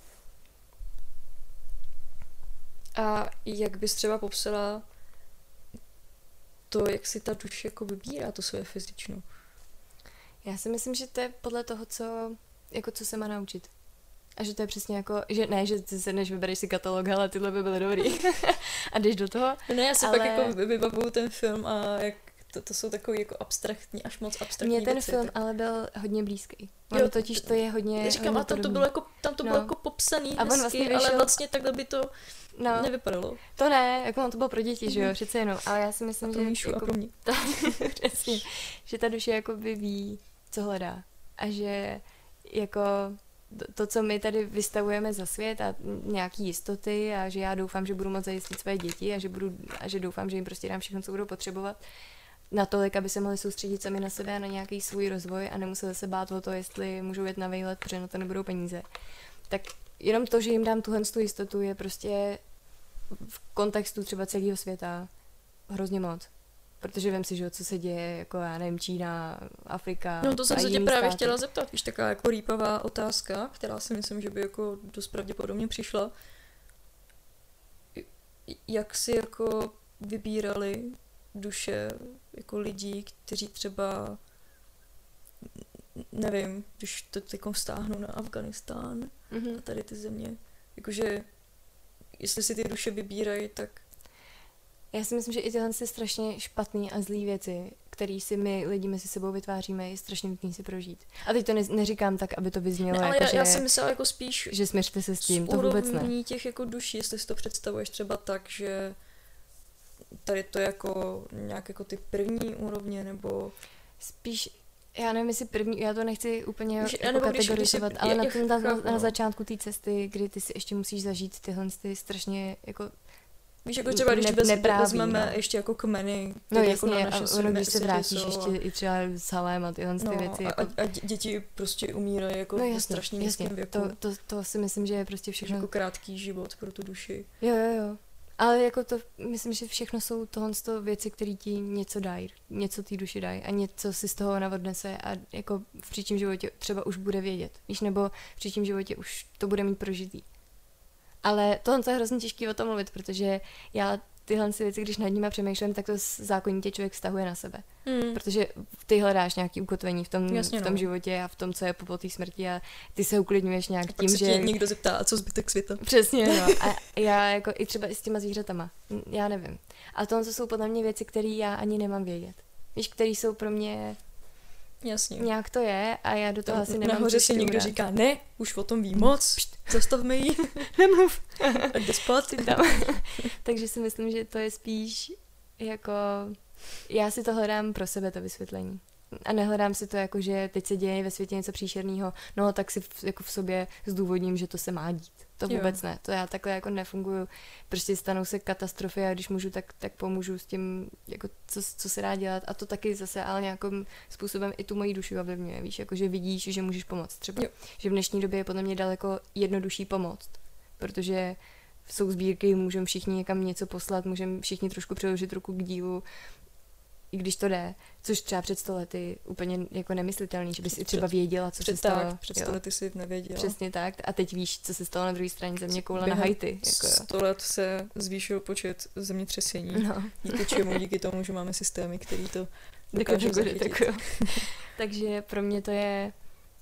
A jak bys třeba popsala to, jak si ta duše jako vybírá to své fyzično? Já si myslím, že to je podle toho, co, jako co se má naučit. A že to je přesně jako, že ne, že ty se než vybereš si katalog, ale tyhle by byly dobrý. A jdeš do toho. Ne, já si ale... pak jako vybavuju ten film a jak to, to jsou takový jako abstraktní, až moc abstraktní Mně ten věci, film tak... ale byl hodně blízký. Jo, totiž to je hodně Říkám, hodně a tam to podobný. bylo jako, tam to bylo No. jako popsaný A on hezky, vlastně vyšel- ale vlastně takhle by to No, nevypadalo. to ne, jako on to bylo pro děti, že jo, Mhm. přece jenom, ale já si myslím, A pro že Míšu a jako, pro mě. ta, přesně, že ta duše jako by ví, co hledá a že jako to, to, co my tady vystavujeme za svět a nějaký jistoty a že já doufám, že budu moct zajistit své děti a že, budu, a že doufám, že jim prostě dám všechno, co budou potřebovat, natolik, aby se mohli soustředit sami na sebe a na nějaký svůj rozvoj a nemuseli se bát o to, jestli můžou jet na vejlet, protože na to nebudou peníze. Tak jenom to, že jim dám tuhle tu jistotu, je prostě v kontextu třeba celého světa hrozně moc. Protože vem si, že co se děje, jako já nevím, Čína, Afrika. No to jsem a se tě jiný právě státy. chtěla zeptat, víš, taková jako rýpavá otázka, která si myslím, že by jako dost pravděpodobně přišla. Jak si jako vybírali duše jako lidí, kteří třeba, nevím, když to jako vztáhnu na Afganistán Mhm. a tady ty země, jakože jestli si ty duše vybírají, tak Já si myslím, že i tyhle ty strašně špatný a zlý věci, které si my lidi mezi sebou vytváříme, je strašně nutný si prožít. A teď to ne, neříkám tak, aby to vyznělo, ne, ale jako, já, že, já jsem myslela jako spíš že směřte se s tím, z to vůbec ne. úrovní těch jako duší, jestli si to představuješ třeba tak, že tady to je jako nějak jako ty první úrovně, nebo... Spíš, já nevím, jestli první, já to nechci úplně Že- jako nebo když- kategorizovat, když si- ale já- na, tom, na, chápu, na no. začátku té cesty, kdy ty si ještě musíš zažít tyhle ty strašně jako Víš, jako třeba když Ne- vez, nepráví, vezmeme no. ještě jako kmeny, No které jasně, jako na a naše ono, světě- když se světě vrátíš jsou ještě i třeba Salem a tyhle ty no, věci. a, Jako, a, a dě- děti prostě umírají jako no v jasně, strašně jasně, nízkém věku. to, to, to si myslím, že je prostě Všechno... všechno. jako krátký život pro tu duši. Jo, jo, jo. Ale jako to, myslím, že všechno jsou tohle věci, které ti něco dají, něco té duši dají a něco si z toho ona odnese a jako v příštím životě třeba už bude vědět, víš, nebo v příštím životě už to bude mít prožitý. Ale tohle je hrozně těžký o tom mluvit, protože já tyhle si věci, když nad nimi přemýšlím, tak to zákonitě člověk vztahuje na sebe. Hmm. Protože ty hledáš nějaký ukotvení v tom, Jasně, v tom no. životě a v tom, co je po té smrti a ty se uklidňuješ nějak A pak tím, se že... tě někdo zeptá, a co zbytek světa? Přesně, no. A já jako i třeba i s těma zvířatama, já nevím. A tohle jsou podle mě věci, které já ani nemám vědět. Víš, které jsou pro mě, Jasně. nějak to je a já do toho Tam asi nemám nahoře si přístup někdo rád. říká, ne, už o tom ví moc, Pšt, zastavme jí, Nemluv. a jde spát. Ty tam. Takže si myslím, že to je spíš jako, já si to hledám pro sebe, to vysvětlení. A nehledám si to jako, že teď se děje ve světě něco příšerného, no tak si v, jako v sobě zdůvodním, že to se má dít. To vůbec jo. ne, to já takhle jako nefunguju. Prostě stanou se katastrofy a když můžu, tak, tak pomůžu s tím, jako co, co se dá dělat. A to taky zase ale nějakým způsobem i tu moji duši ovlivňuje, víš, jako že vidíš, že můžeš pomoct třeba. Jo. Že v dnešní době je podle mě daleko jednodušší pomoct, protože jsou sbírky, můžeme všichni někam něco poslat, můžeme všichni trošku přiložit ruku k dílu, i když to jde, což třeba před sto lety úplně jako nemyslitelný, že bys i třeba věděla, co před, se stalo. Tak, před sto lety si nevěděla. Přesně tak. A teď víš, co se stalo na druhé straně země koule na Během Haiti. Jako jo. sto let se zvýšil počet zemětřesení. No. Díky čemu? Díky tomu, že máme systémy, který to Dokážu dokážou zachytit. tak, Takže pro mě to je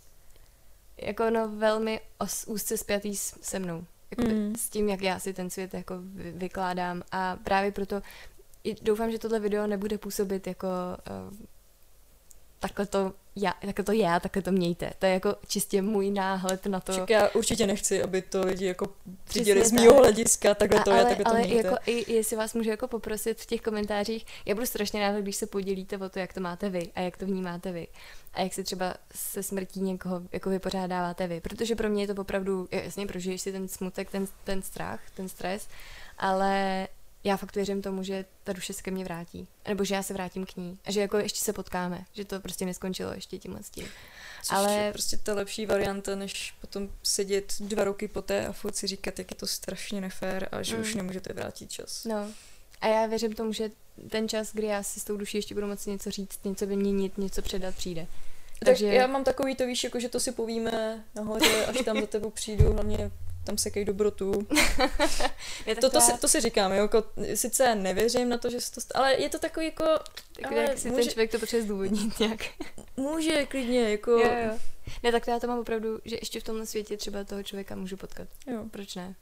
jako no velmi os, úzce spjatý s, se mnou. Jako Mm. s tím, jak já si ten svět jako vy, vykládám. A právě proto i doufám, že tohle video nebude působit jako uh, takhle to já, takhle to já, takhle to mějte. To je jako čistě můj náhled na to. Však já určitě nechci, aby to lidi jako Přesně viděli z tak. mýho hlediska, takhle A, to ale, je, takhle to ale mějte. jako i jestli vás můžu jako poprosit v těch komentářích, já budu strašně ráda, když se podělíte o to, jak to máte vy a jak to vnímáte vy. A jak si třeba se smrtí někoho jako vypořádáváte vy. Protože pro mě je to opravdu, jasně, prožiješ si ten smutek, ten, ten strach, ten stres, ale já fakt věřím tomu, že ta duše se ke mně vrátí. Nebo že já se vrátím k ní. A že jako ještě se potkáme. Že to prostě neskončilo ještě tímhle s tím. Což ale je prostě ta lepší varianta, než potom sedět dva roky poté a furt si říkat, jak je to strašně nefér a že Mm. už nemůžete vrátit čas. No. A já věřím tomu, že ten čas, kdy já si s tou duší ještě budu moci něco říct, něco vyměnit, něco předat, přijde. Takže tak já mám takový to, víš, jako že to si povíme nahoře, až tam za tebou přijdu, hlavně tam sekej dobrotu. to, to, si, to si říkám, jo, jako, sice nevěřím na to, že se to stane, ale je to takový jako... Tak jak si může, ten člověk to potřebuje zdůvodnit nějak. Může, klidně, jako... Jo, jo. Ne, tak to já to mám opravdu, že ještě v tomhle světě třeba toho člověka můžu potkat. Jo. Proč ne?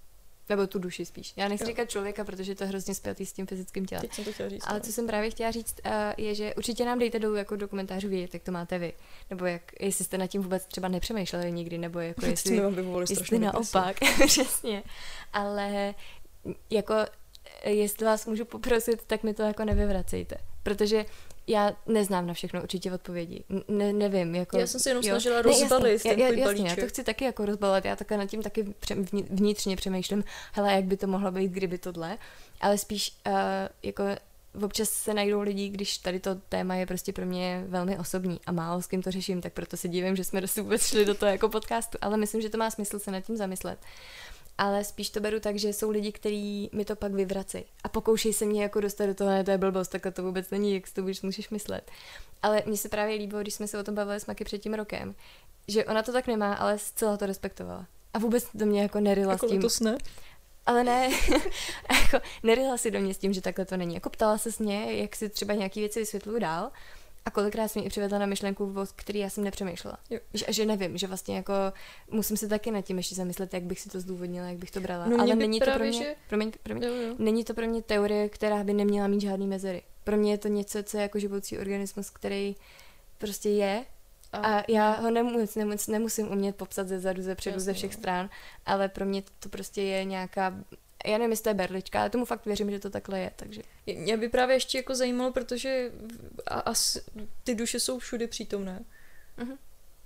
Nebo tu duši spíš. Já nechci Jo. říkat člověka, protože to je hrozně spjatý s tím fyzickým tělem. Teď jsem to chtěla říct. Ale no. co jsem právě chtěla říct, uh, je, že určitě nám dejte dolů jako do komentářů vědět, jak to máte vy. Nebo jak, jestli jste nad tím vůbec třeba nepřemýšleli nikdy, nebo jako jestli, jsme vám vyvolali jestli strašně naopak. Přesně. Ale jako jestli vás můžu poprosit, tak mi to jako nevyvracejte. Protože já neznám na všechno určitě odpovědi. Ne, nevím. Jako, Já jsem se jenom jo. snažila Ne, rozbalit jasně, ten já, tvůj jasně, balíček. já to chci taky jako rozbalit. Já také nad tím taky vnitřně přemýšlím, hele, jak by to mohlo být, kdyby tohle. Ale spíš uh, jako občas se najdou lidi, když tady to téma je prostě pro mě velmi osobní a málo s kým to řeším, tak proto se divím, že jsme vůbec šli do toho jako podcastu. Ale myslím, že to má smysl se nad tím zamyslet. Ale spíš to beru tak, že jsou lidi, kteří mi to pak vyvracejí a pokoušejí se mě jako dostat do toho, ne, to je blbost, takhle to vůbec není, jak si to budeš, můžeš myslet. Ale mně se právě líbilo, když jsme se o tom bavili s Maky před tím rokem, že ona to tak nemá, ale zcela to respektovala. A vůbec do mě jako neryla Jako s tím. letos ne? Ale ne, jako neryla si do mě s tím, že takhle to není. Jako ptala se s mě, jak si třeba nějaký věci vysvětluju dál. A kolikrát jsem mi i přivedla na myšlenku, o který já jsem nepřemýšlela. Jo. Že, že nevím, že vlastně jako musím se taky nad tím ještě zamyslet, jak bych si to zdůvodnila, jak bych to brala. No ale by není to pro právě, mě, že... promiň, promiň, Jo, jo. není to pro mě teorie, která by neměla mít žádný mezery. Pro mě je to něco, co je jako živoucí organismus, který prostě je. A já ho nemus, nemus, nemusím umět popsat ze zadu, ze předu, Jasně, ze všech no. stran, ale pro mě to prostě je nějaká, já nevím, jestli to je berlička, ale tomu fakt věřím, že to takhle je, takže. Mě by právě ještě jako zajímalo, protože a, a ty duše jsou všude přítomné. Mhm.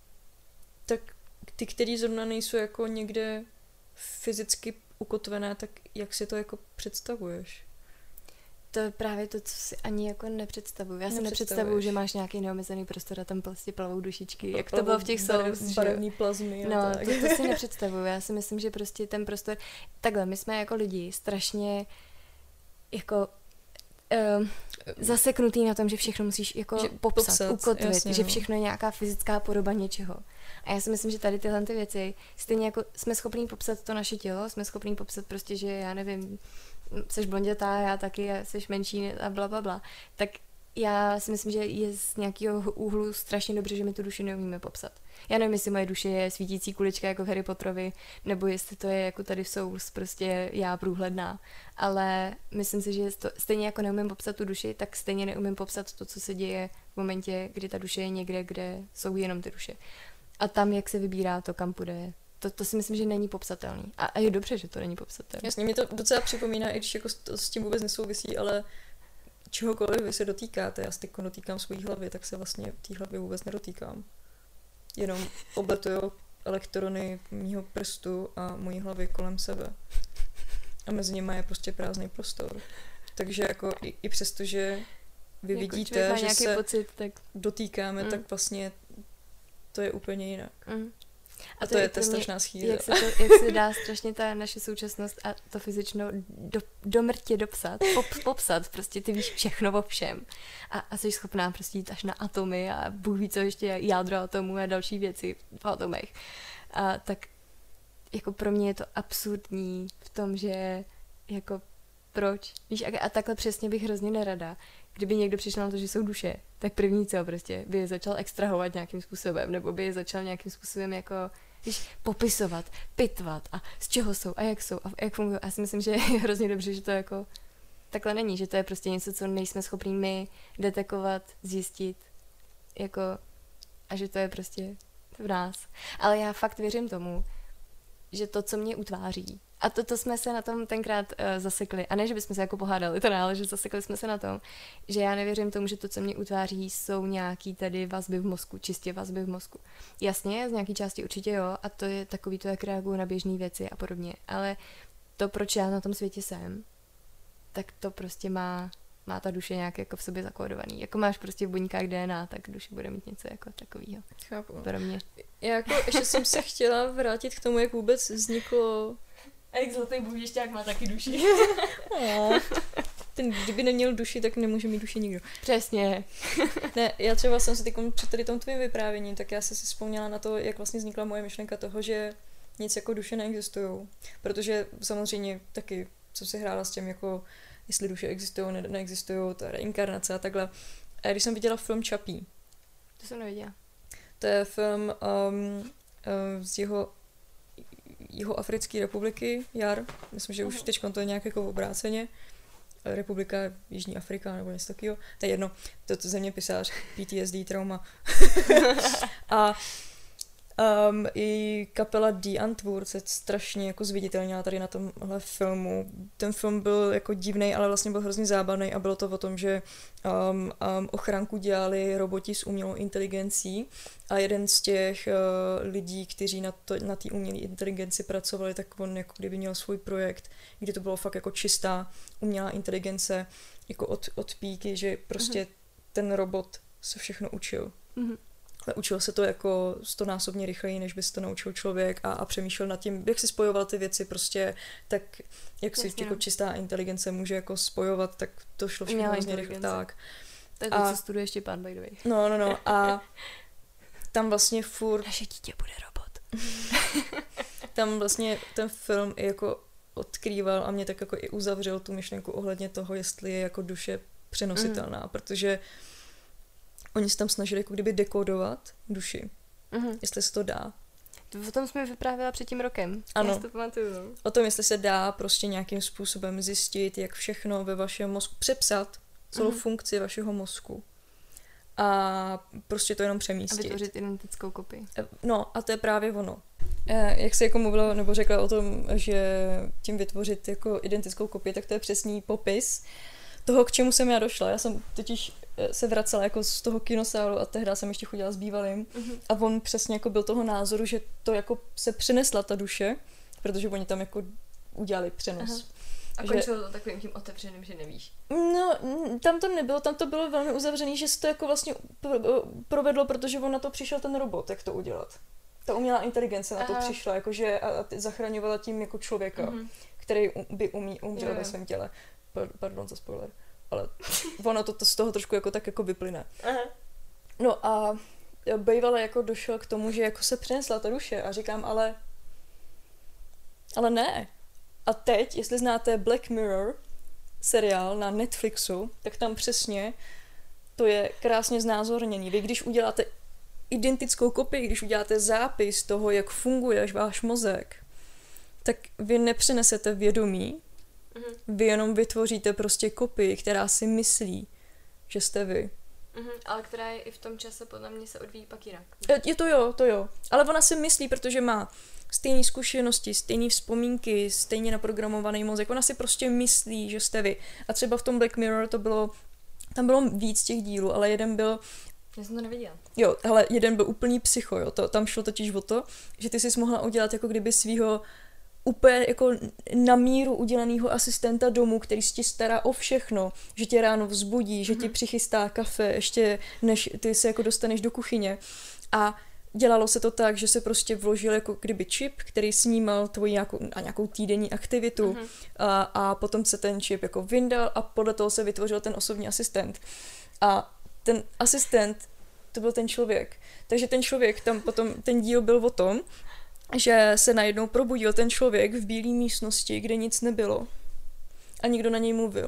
Tak ty, který zrovna nejsou jako někde fyzicky ukotvené, tak jak si to jako představuješ? To je právě to, co si ani jako nepředstavuju. Já si Nepředstavuješ. nepředstavuju, že máš nějaký neomezený prostor a tam prostě plavou dušičky, jak to Plavou bylo v těch barev- Souls, že jo. barevný plazmy. No, a tak. to, to si nepředstavuju. Já si myslím, že prostě ten prostor... Takhle, my jsme jako lidi strašně jako um, zaseknutý na tom, že všechno musíš jako Že popsat, popsat, ukotvit, jasně, že no. všechno je nějaká fyzická podoba něčeho. A já si myslím, že tady tyhle ty věci, stejně jako jsme schopní popsat to naše tělo, jsme schopní popsat prostě, že já nevím, seš blondětá, já taky, a seš menší a bla, bla, bla. Tak já si myslím, že je z nějakého úhlu strašně dobře, že my tu duši neumíme popsat. Já nevím, jestli moje duše je svítící kulička jako v Harry Potterovi, nebo jestli to je jako tady v Souls, prostě já průhledná. Ale myslím si, že to, stejně jako neumím popsat tu duši, tak stejně neumím popsat to, co se děje v momentě, kdy ta duše je někde, kde jsou jenom ty duše. A tam, jak se vybírá to, kam půjde, to, to si myslím, že není popsatelný. A, a je dobře, že to není popsatelný. Jasně, mi to docela připomíná, i když jako to s tím vůbec nesouvisí, ale čehokoliv vy se dotýkáte, já se teď dotýkám svojí hlavy, tak se vlastně té hlavy vůbec nedotýkám. Jenom obletuju elektrony mýho prstu a mojí hlavy kolem sebe. A mezi nimi je prostě prázdný prostor. Takže jako i, i přesto, že vy jako vidíte, že se pocit, tak... dotýkáme, Mm. tak vlastně to je úplně jinak. Mm. A, a to je pro ta mě, strašná schýza. Jak se, to, jak se dá strašně ta naše současnost a to fyzično do, do mrtě dopsat, pop, popsat, prostě ty víš všechno o všem. A, a jsi schopná prostě jít až na atomy a Bůh ví co ještě, jádro atomů a další věci v atomech. A tak jako pro mě je to absurdní v tom, že jako proč? Víš, a, a takhle přesně bych hrozně nerada, kdyby někdo přišel na to, že jsou duše, tak první co prostě by je začal extrahovat nějakým způsobem, nebo by je začal nějakým způsobem jako, víš, popisovat, pitvat a z čeho jsou a jak jsou a jak fungují. A já si myslím, že je hrozně dobře, že to jako takhle není, že to je prostě něco, co nejsme schopní my detekovat, zjistit, jako a že to je prostě v nás. Ale já fakt věřím tomu, že to, co mě utváří, a to, to jsme se na tom tenkrát uh, zasekli. A ne, že bychom se jako pohádali, to ne, ale že zasekli jsme se na tom, že já nevěřím tomu, že to, co mě utváří, jsou nějaký tady vazby v mozku, čistě vazby v mozku. Jasně, z nějaký části určitě jo, a to je takový to, jak reaguju na běžné věci a podobně. Ale to, proč já na tom světě jsem, tak to prostě má, má ta duše nějak jako v sobě zakódovaný. Jako máš prostě v buňkách D N A, tak duše bude mít něco jako takového. Chápu. Pro mě. Já jako ještě jsem se chtěla vrátit k tomu, jak vůbec vzniklo... A jak zlatý bůžešťák má taky duši. No, ten, kdyby neměl duši, tak nemůže mít duši nikdo. Přesně. Ne, já třeba jsem si teď před tady tom tvým vyprávěním, tak já jsem si vzpomněla na to, jak vlastně vznikla moje myšlenka toho, že nic jako duše neexistují. Protože samozřejmě taky jsem si hrála s tím, jako jestli duše existují, ne- neexistují, ta reinkarnace a takhle. A když jsem viděla film Čapí, To jsem nevěděla. to je film um, um, z jeho Jihoafrické republiky, Jar, myslím, že už uh-huh. teď to je nějak jako obráceně, Republika Jižní Afrika nebo něco takového, to je jedno, to je zeměpisář, P T S D, trauma. A um, i kapela The Antwoord se strašně jako zviditelnila tady na tomhle filmu. Ten film byl jako divnej, ale vlastně byl hrozně zábavný a bylo to o tom, že um, um, ochranku dělali roboti s umělou inteligencí a jeden z těch uh, lidí, kteří na to, na té umělé inteligenci pracovali, tak on jako kdyby měl svůj projekt, kdy to bylo fakt jako čistá umělá inteligence jako od, od píky, že prostě uh-huh. ten robot se všechno učil. Uh-huh. Ale učil se to jako stonásobně rychleji, než by se to naučil člověk a, a přemýšlel nad tím, jak si spojoval ty věci prostě, tak jak si jako čistá inteligence může jako spojovat, tak to šlo všechno hrozně rychle. Tak. To je to, a, co studuje Štěpán, by the way. No, no, no. A tam vlastně furt... Naše dítě bude robot. Tam vlastně ten film i jako odkrýval a mě tak jako i uzavřel tu myšlenku ohledně toho, jestli je jako duše přenositelná, mm. protože oni se tam snažili jako kdyby dekodovat duši. Mm-hmm. Jestli se to dá. O tom jsme vyprávěla před tím rokem. Ano. Já si to pamatuju. O tom, jestli se dá prostě nějakým způsobem zjistit, jak všechno ve vašem mozku přepsat, celou mm-hmm. funkci vašeho mozku. A prostě to jenom přemístit. A vytvořit identickou kopii. No a to je právě ono. Jak se jako mluvila, nebo řekla o tom, že tím vytvořit jako identickou kopii, tak to je přesný popis toho, k čemu jsem já došla. Já jsem totiž se vracela jako z toho kinosálu a tehdy jsem ještě chodila s bývalým mm-hmm. a on přesně jako byl toho názoru, že to jako se přenesla ta duše, protože oni tam jako udělali přenos. Aha. A končilo že... to takovým tím otevřeným, že nevíš. No, tam to nebylo, tam to bylo velmi uzavřený, že se to jako vlastně provedlo, protože on na to přišel ten robot, jak to udělat. Ta umělá inteligence na to Aha. přišla, jakože a, a zachraňovala tím jako člověka, mm-hmm. který by umí, umřel ve svém těle. Pardon za spoiler, ale ono to, to z toho trošku jako tak jako vyplyne. Aha. No a bývalé jako došel k tomu, že jako se přenesla ta duše a říkám, ale ale ne. A teď, jestli znáte Black Mirror seriál na Netflixu, tak tam přesně to je krásně znázornění. Vy když uděláte identickou kopii, když uděláte zápis toho, jak funguje váš mozek, tak vy nepřenesete vědomí, mm-hmm. vy jenom vytvoříte prostě kopii, která si myslí, že jste vy. Mm-hmm, ale která je i v tom čase podle mě se odvíjí pak jinak. Je to jo, to jo. Ale ona si myslí, protože má stejné zkušenosti, stejné vzpomínky, stejně naprogramovaný mozek. Ona si prostě myslí, že jste vy. A třeba v tom Black Mirror to bylo, tam bylo víc těch dílů, ale jeden byl... Já jsem to neviděla. Jo, hele, jeden byl úplný psycho, jo. To, tam šlo totiž o to, že ty jsi mohla udělat jako kdyby svýho úplně jako na míru udělaného asistenta domů, který se ti stará o všechno, že tě ráno vzbudí, že ti přichystá kafe, ještě než ty se jako dostaneš do kuchyně. A dělalo se to tak, že se prostě vložil jako kdyby čip, který snímal tvoji nějakou, a nějakou týdenní aktivitu uh-huh. a, a potom se ten čip jako vyndal a podle toho se vytvořil ten osobní asistent. A ten asistent, to byl ten člověk. Takže ten člověk, tam potom ten díl byl o tom, že se najednou probudil ten člověk v bílé místnosti, kde nic nebylo. A nikdo na něj mluvil.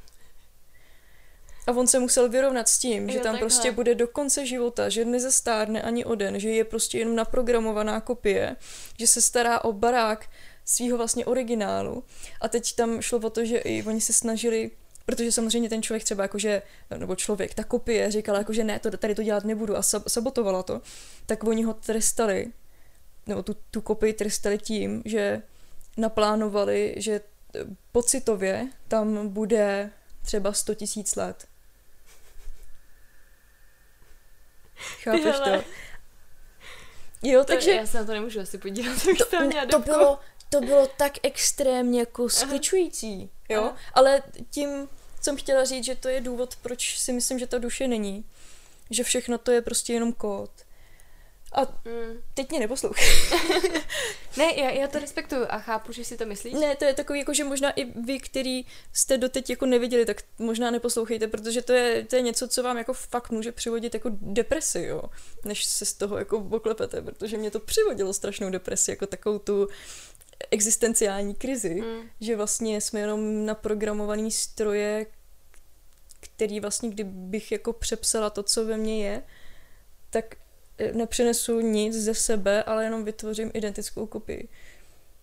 A on se musel vyrovnat s tím, jo, že tam takhle. Prostě bude do konce života, že nezestárne ani o den, že je prostě jenom naprogramovaná kopie, že se stará o barák svýho vlastně originálu. A teď tam šlo o to, že i oni se snažili, protože samozřejmě ten člověk třeba jakože, nebo člověk, ta kopie říkala jakože ne, to, tady to dělat nebudu a sabotovala to, tak oni ho trestali, nebo tu, tu kopii trestali tím, že naplánovali, že pocitově tam bude třeba sto tisíc let. Chápeš to? Jo, takže... Já se na to nemůžu asi podívat, to, to, to, bylo, to bylo tak extrémně jako skličující, jo? Aha. Ale tím jsem chtěla říct, že to je důvod, proč si myslím, že ta duše není. Že všechno to je prostě jenom kód. A mm. teď mě neposlouchej. Ne, já, já to respektuju a chápu, že si to myslíš. Ne, to je takový, jako, že možná i vy, který jste doteď jako neviděli, tak možná neposlouchejte, protože to je, to je něco, co vám jako fakt může přivodit jako depresi, jo, než se z toho jako oklepete, protože mě to přivodilo strašnou depresi, jako takovou tu existenciální krizi, mm. že vlastně jsme jenom naprogramovaný stroje, který vlastně, kdybych jako přepsala to, co ve mně je, tak nepřinesu nic ze sebe, ale jenom vytvořím identickou kopii.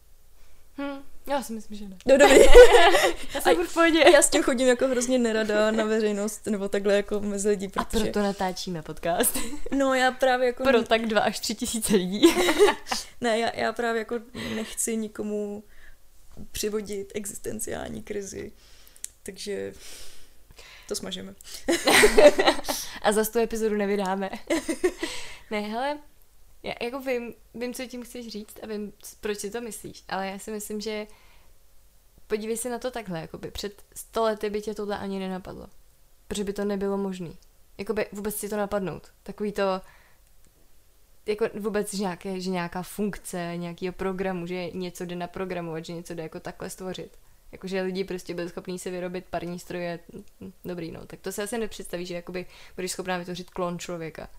Hm, já si myslím, že ne. No dobrý. Já jsem v pohodě. A já s tím chodím jako hrozně nerada na veřejnost, nebo takhle jako mezi lidi, protože... A proto natáčíme podcast. No já právě jako... Pro tak dva až tři tisíce lidí. Ne, já, já právě jako nechci nikomu přivodit existenciální krizi, takže to smažeme. A zas tu epizodu nevydáme. Ne, hele, já jako vím, vím, co tím chceš říct a vím, proč si to myslíš, ale já si myslím, že podívej se na to takhle, jakoby před sto lety by tě tohle ani nenapadlo. Protože by to nebylo možné. Jakoby vůbec si to napadnout. Takový to, jako vůbec nějaké, že nějaká funkce, nějakého programu, že něco jde naprogramovat, že něco jde jako takhle stvořit. Jakože lidi prostě byli schopní si vyrobit parní stroje, dobrý, no, tak to se asi nepředstaví, že jakoby budeš schopná vytvořit klon člověka.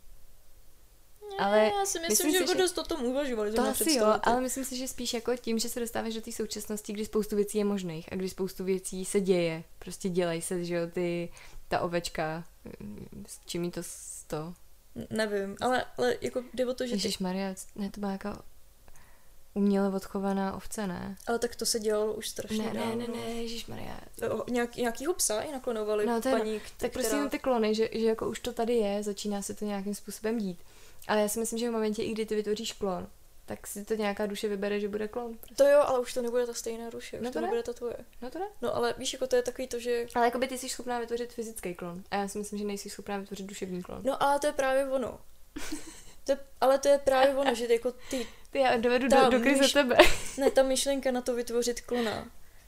Ale já si myslím, myslím že si, dost o tom uvažovali. To asi jo, ale myslím si, že spíš jako tím, že se dostáváš do té současnosti, kdy spoustu věcí je možných a kdy spoustu věcí se děje. Prostě dělají se, že jo, ty, ta ovečka, s čím jí to sto. Nevím, ale, ale jako jde o to, že... Ježišmarja, ne, to byla jako uměle odchovaná ovce, ne? Ale tak to se dělalo už strašně ne, dávno. Ne, ne, ne, ježišmarja. Nějak, nějakýho psa i naklonovali no, paní, no, která... tak prostě jenom ty klony, že, že jako už to tady je, začíná se to nějakým způsobem dít. Ale já si myslím, že v momentě, i kdy ty vytvoříš klon, tak si to nějaká duše vybere, že bude klon. Prostě. To jo, ale už to nebude ta stejná duše, už no to, to ne? nebude ta tvoje. No to ne? No ale víš, jako to je takový to, že... Ale jako by ty jsi schopná vytvořit fyzický klon. A já si myslím, že nejsi schopná vytvořit duševní klon. No ale to je právě ono. To je, ale to je právě ono, že jako ty... Ty já dovedu do, do krize myš... tebe. Ne, ta myšlenka na to vytvořit klona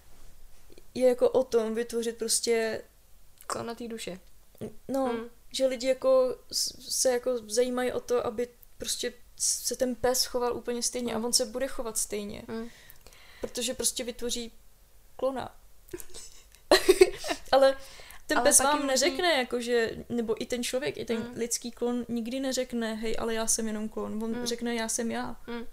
je jako o tom vytvořit prostě... Klona té duše. No, hmm. že lidi jako se jako zajímají o to, aby prostě se ten pes choval úplně stejně a on se bude chovat stejně. Hmm. Protože prostě vytvoří klona. Ale ten ale pes vám můžu... neřekne, jakože, nebo i ten člověk, i ten hmm. lidský klon nikdy neřekne, hej, ale já jsem jenom klon. On hmm. řekne, já jsem já. Hmm.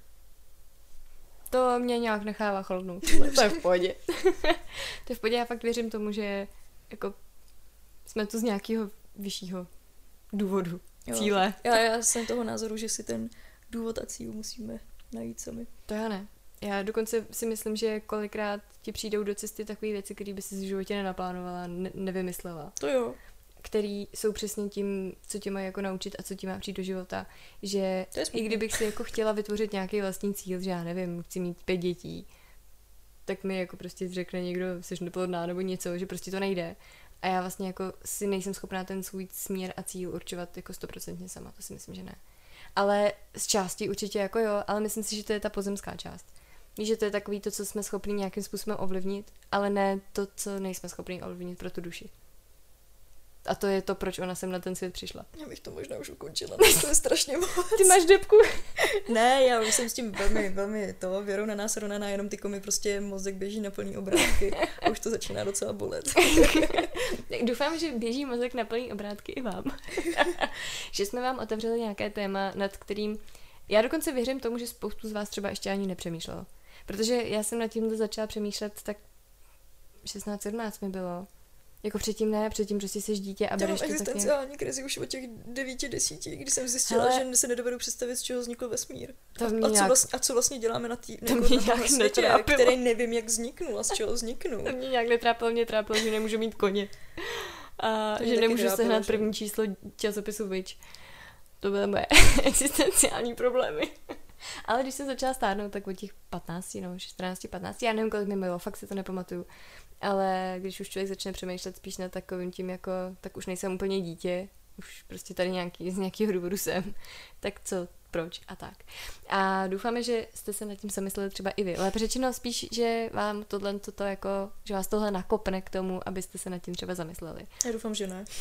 To mě nějak nechává chlodnout. To je v pohodě. To je v pohodě, já fakt věřím tomu, že jako jsme tu z nějakého vyššího důvodu, jo, cíle. Já, já jsem toho názoru, že si ten důvod a cíl musíme najít sami. To já ne. Já dokonce si myslím, že kolikrát ti přijdou do cesty takové věci, které by si v životě nenaplánovala, ne- nevymyslela. To jo. Který jsou přesně tím, co tě mají jako naučit a co ti má přijít do života. Že i kdybych si jako chtěla vytvořit nějaký vlastní cíl, že já nevím, chci mít pět dětí, tak mi jako prostě řekne někdo, jsi neplodná nebo něco, že prostě to nejde. A já vlastně jako si nejsem schopná ten svůj směr a cíl určovat jako stoprocentně sama, to si myslím, že ne. Ale z části určitě jako jo, ale myslím si, že to je ta pozemská část. Víš, že to je takový to, co jsme schopni nějakým způsobem ovlivnit, ale ne to, co nejsme schopni ovlivnit pro tu duši. A to je to, proč ona sem na ten svět přišla. Já bych to možná už ukončila, to je strašně moc. Ty máš depku? Ne, já už jsem s tím velmi, velmi to, věrou na nás rovnaná, jenom tyko mi prostě mozek běží na plný obrátky a už to začíná docela bolet. Doufám, že běží mozek na plný obrátky i vám. Že jsme vám otevřeli nějaké téma, nad kterým já dokonce věřím tomu, že spoustu z vás třeba ještě ani nepřemýšlelo. Protože já jsem nad tímhle začala přemýšlet tak šestnáct sedmnáct mi bylo. Jako předtím ne, předtím prostě seš dítě a bereš to taky. Existenciální krizi už od těch devíti, desíti, kdy jsem zjistila, ale... že se nedovedu představit, z čeho vznikl vesmír. To a, a, nějak... co vlastně, a co vlastně děláme na, tý, to jako na světě, který nevím, jak vzniknul a z čeho vzniknul. To mě nějak netrápilo, mě trápilo, že nemůžu mít koně. A že nemůžu sehnat první číslo časopisu Witch. To byly moje existenciální problémy. Ale když jsem začala stárnout, tak od těch patnácti, no, čtrnácti, patnácti, já nevím, kolik mi bylo, fakt si to nepamatuju. Ale když už člověk začne přemýšlet spíš nad takovým tím, jako, tak už nejsem úplně dítě, už prostě tady nějaký, z nějakého důvodu jsem, tak co, proč a tak. A doufáme, že jste se nad tím zamysleli třeba i vy. Lépe řečeno spíš, že vám tohle, toto jako, že vás tohle nakopne k tomu, abyste se nad tím třeba zamysleli. Já doufám, že ne.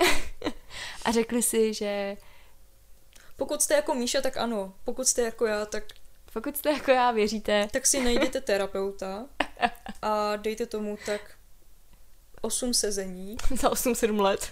A řekli si, že pokud jste jako Míša, tak ano. Pokud jste jako já, tak... Pokud jste jako já, věříte... Tak si najděte terapeuta a dejte tomu tak osm sezení. Za osm sedm let.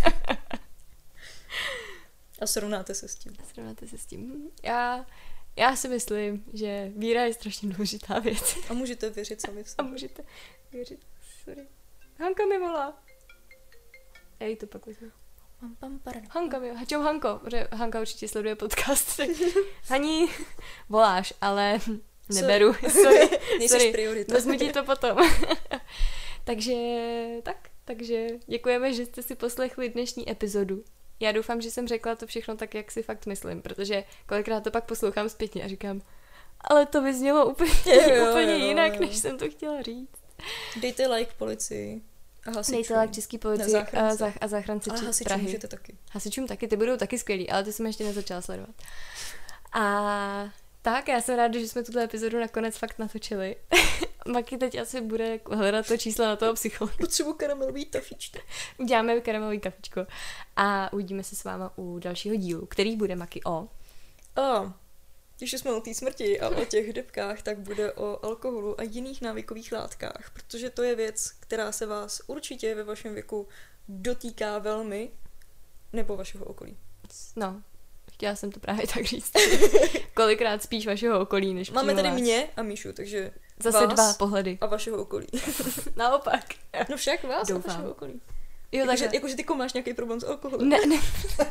A srovnáte se s tím. A srovnáte se s tím. Já, já si myslím, že víra je strašně důležitá věc. A můžete věřit sami v sebe. A můžete věřit. Sorry. Hanka mi volá. Já jí to pak vezmu. Hanka mi, čau Hanko, protože Hanka určitě sleduje podcast. Haní, voláš, ale Neberu, sorry, sorry. Priorita. Vezmu ti to potom. takže tak, takže děkujeme, že jste si poslechli dnešní epizodu. Já doufám, že jsem řekla to všechno tak, jak si fakt myslím, protože kolikrát to pak poslouchám zpětně a říkám, ale to vyznělo úplně, jo, úplně jo, jinak, jo. než jsem to chtěla říct. Dejte like policii a hasičům. Dejte like český policii a, zách, a záchrance a hasičům Prahy. můžete taky. Hasičům taky, ty budou taky skvělí, ale ty jsem ještě nezačala sledovat. A tak, já jsem ráda, že jsme tuto epizodu nakonec fakt natočili. Maki teď asi bude hledat to číslo na toho psychologa. Potřebuji karamelový kafičko. Uděláme karamelový kafičko a uvidíme se s váma u dalšího dílu, který bude Maki o... A když jsme o té smrti a o těch debkách, tak bude o alkoholu a jiných návykových látkách, protože to je věc, která se vás určitě ve vašem věku dotýká velmi, nebo vašeho okolí. No, chtěla jsem to právě tak říct. Kolikrát spíš vašeho okolí, než Máme tady vás. Mě a Míšu, takže zase vás dva pohledy. A vašeho okolí. Naopak. No však vás Doufám. a vašeho okolí. Jo, jakože, jakože ty máš nějaký problém s alkoholem. Ne, ne.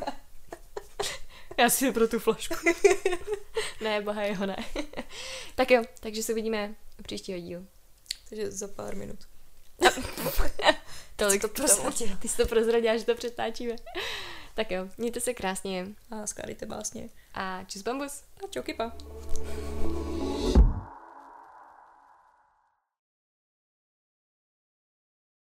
Já si pro tu flašku. Ne, boha jeho ne. Tak jo, takže se uvidíme u příštího dílu. Takže za pár minut. Tolik to prozradila. Ty jsi to prozradila, že to přetáčíme. Tak jo, mějte se krásně. A skládejte básně. A čus bambus. A čauky pa.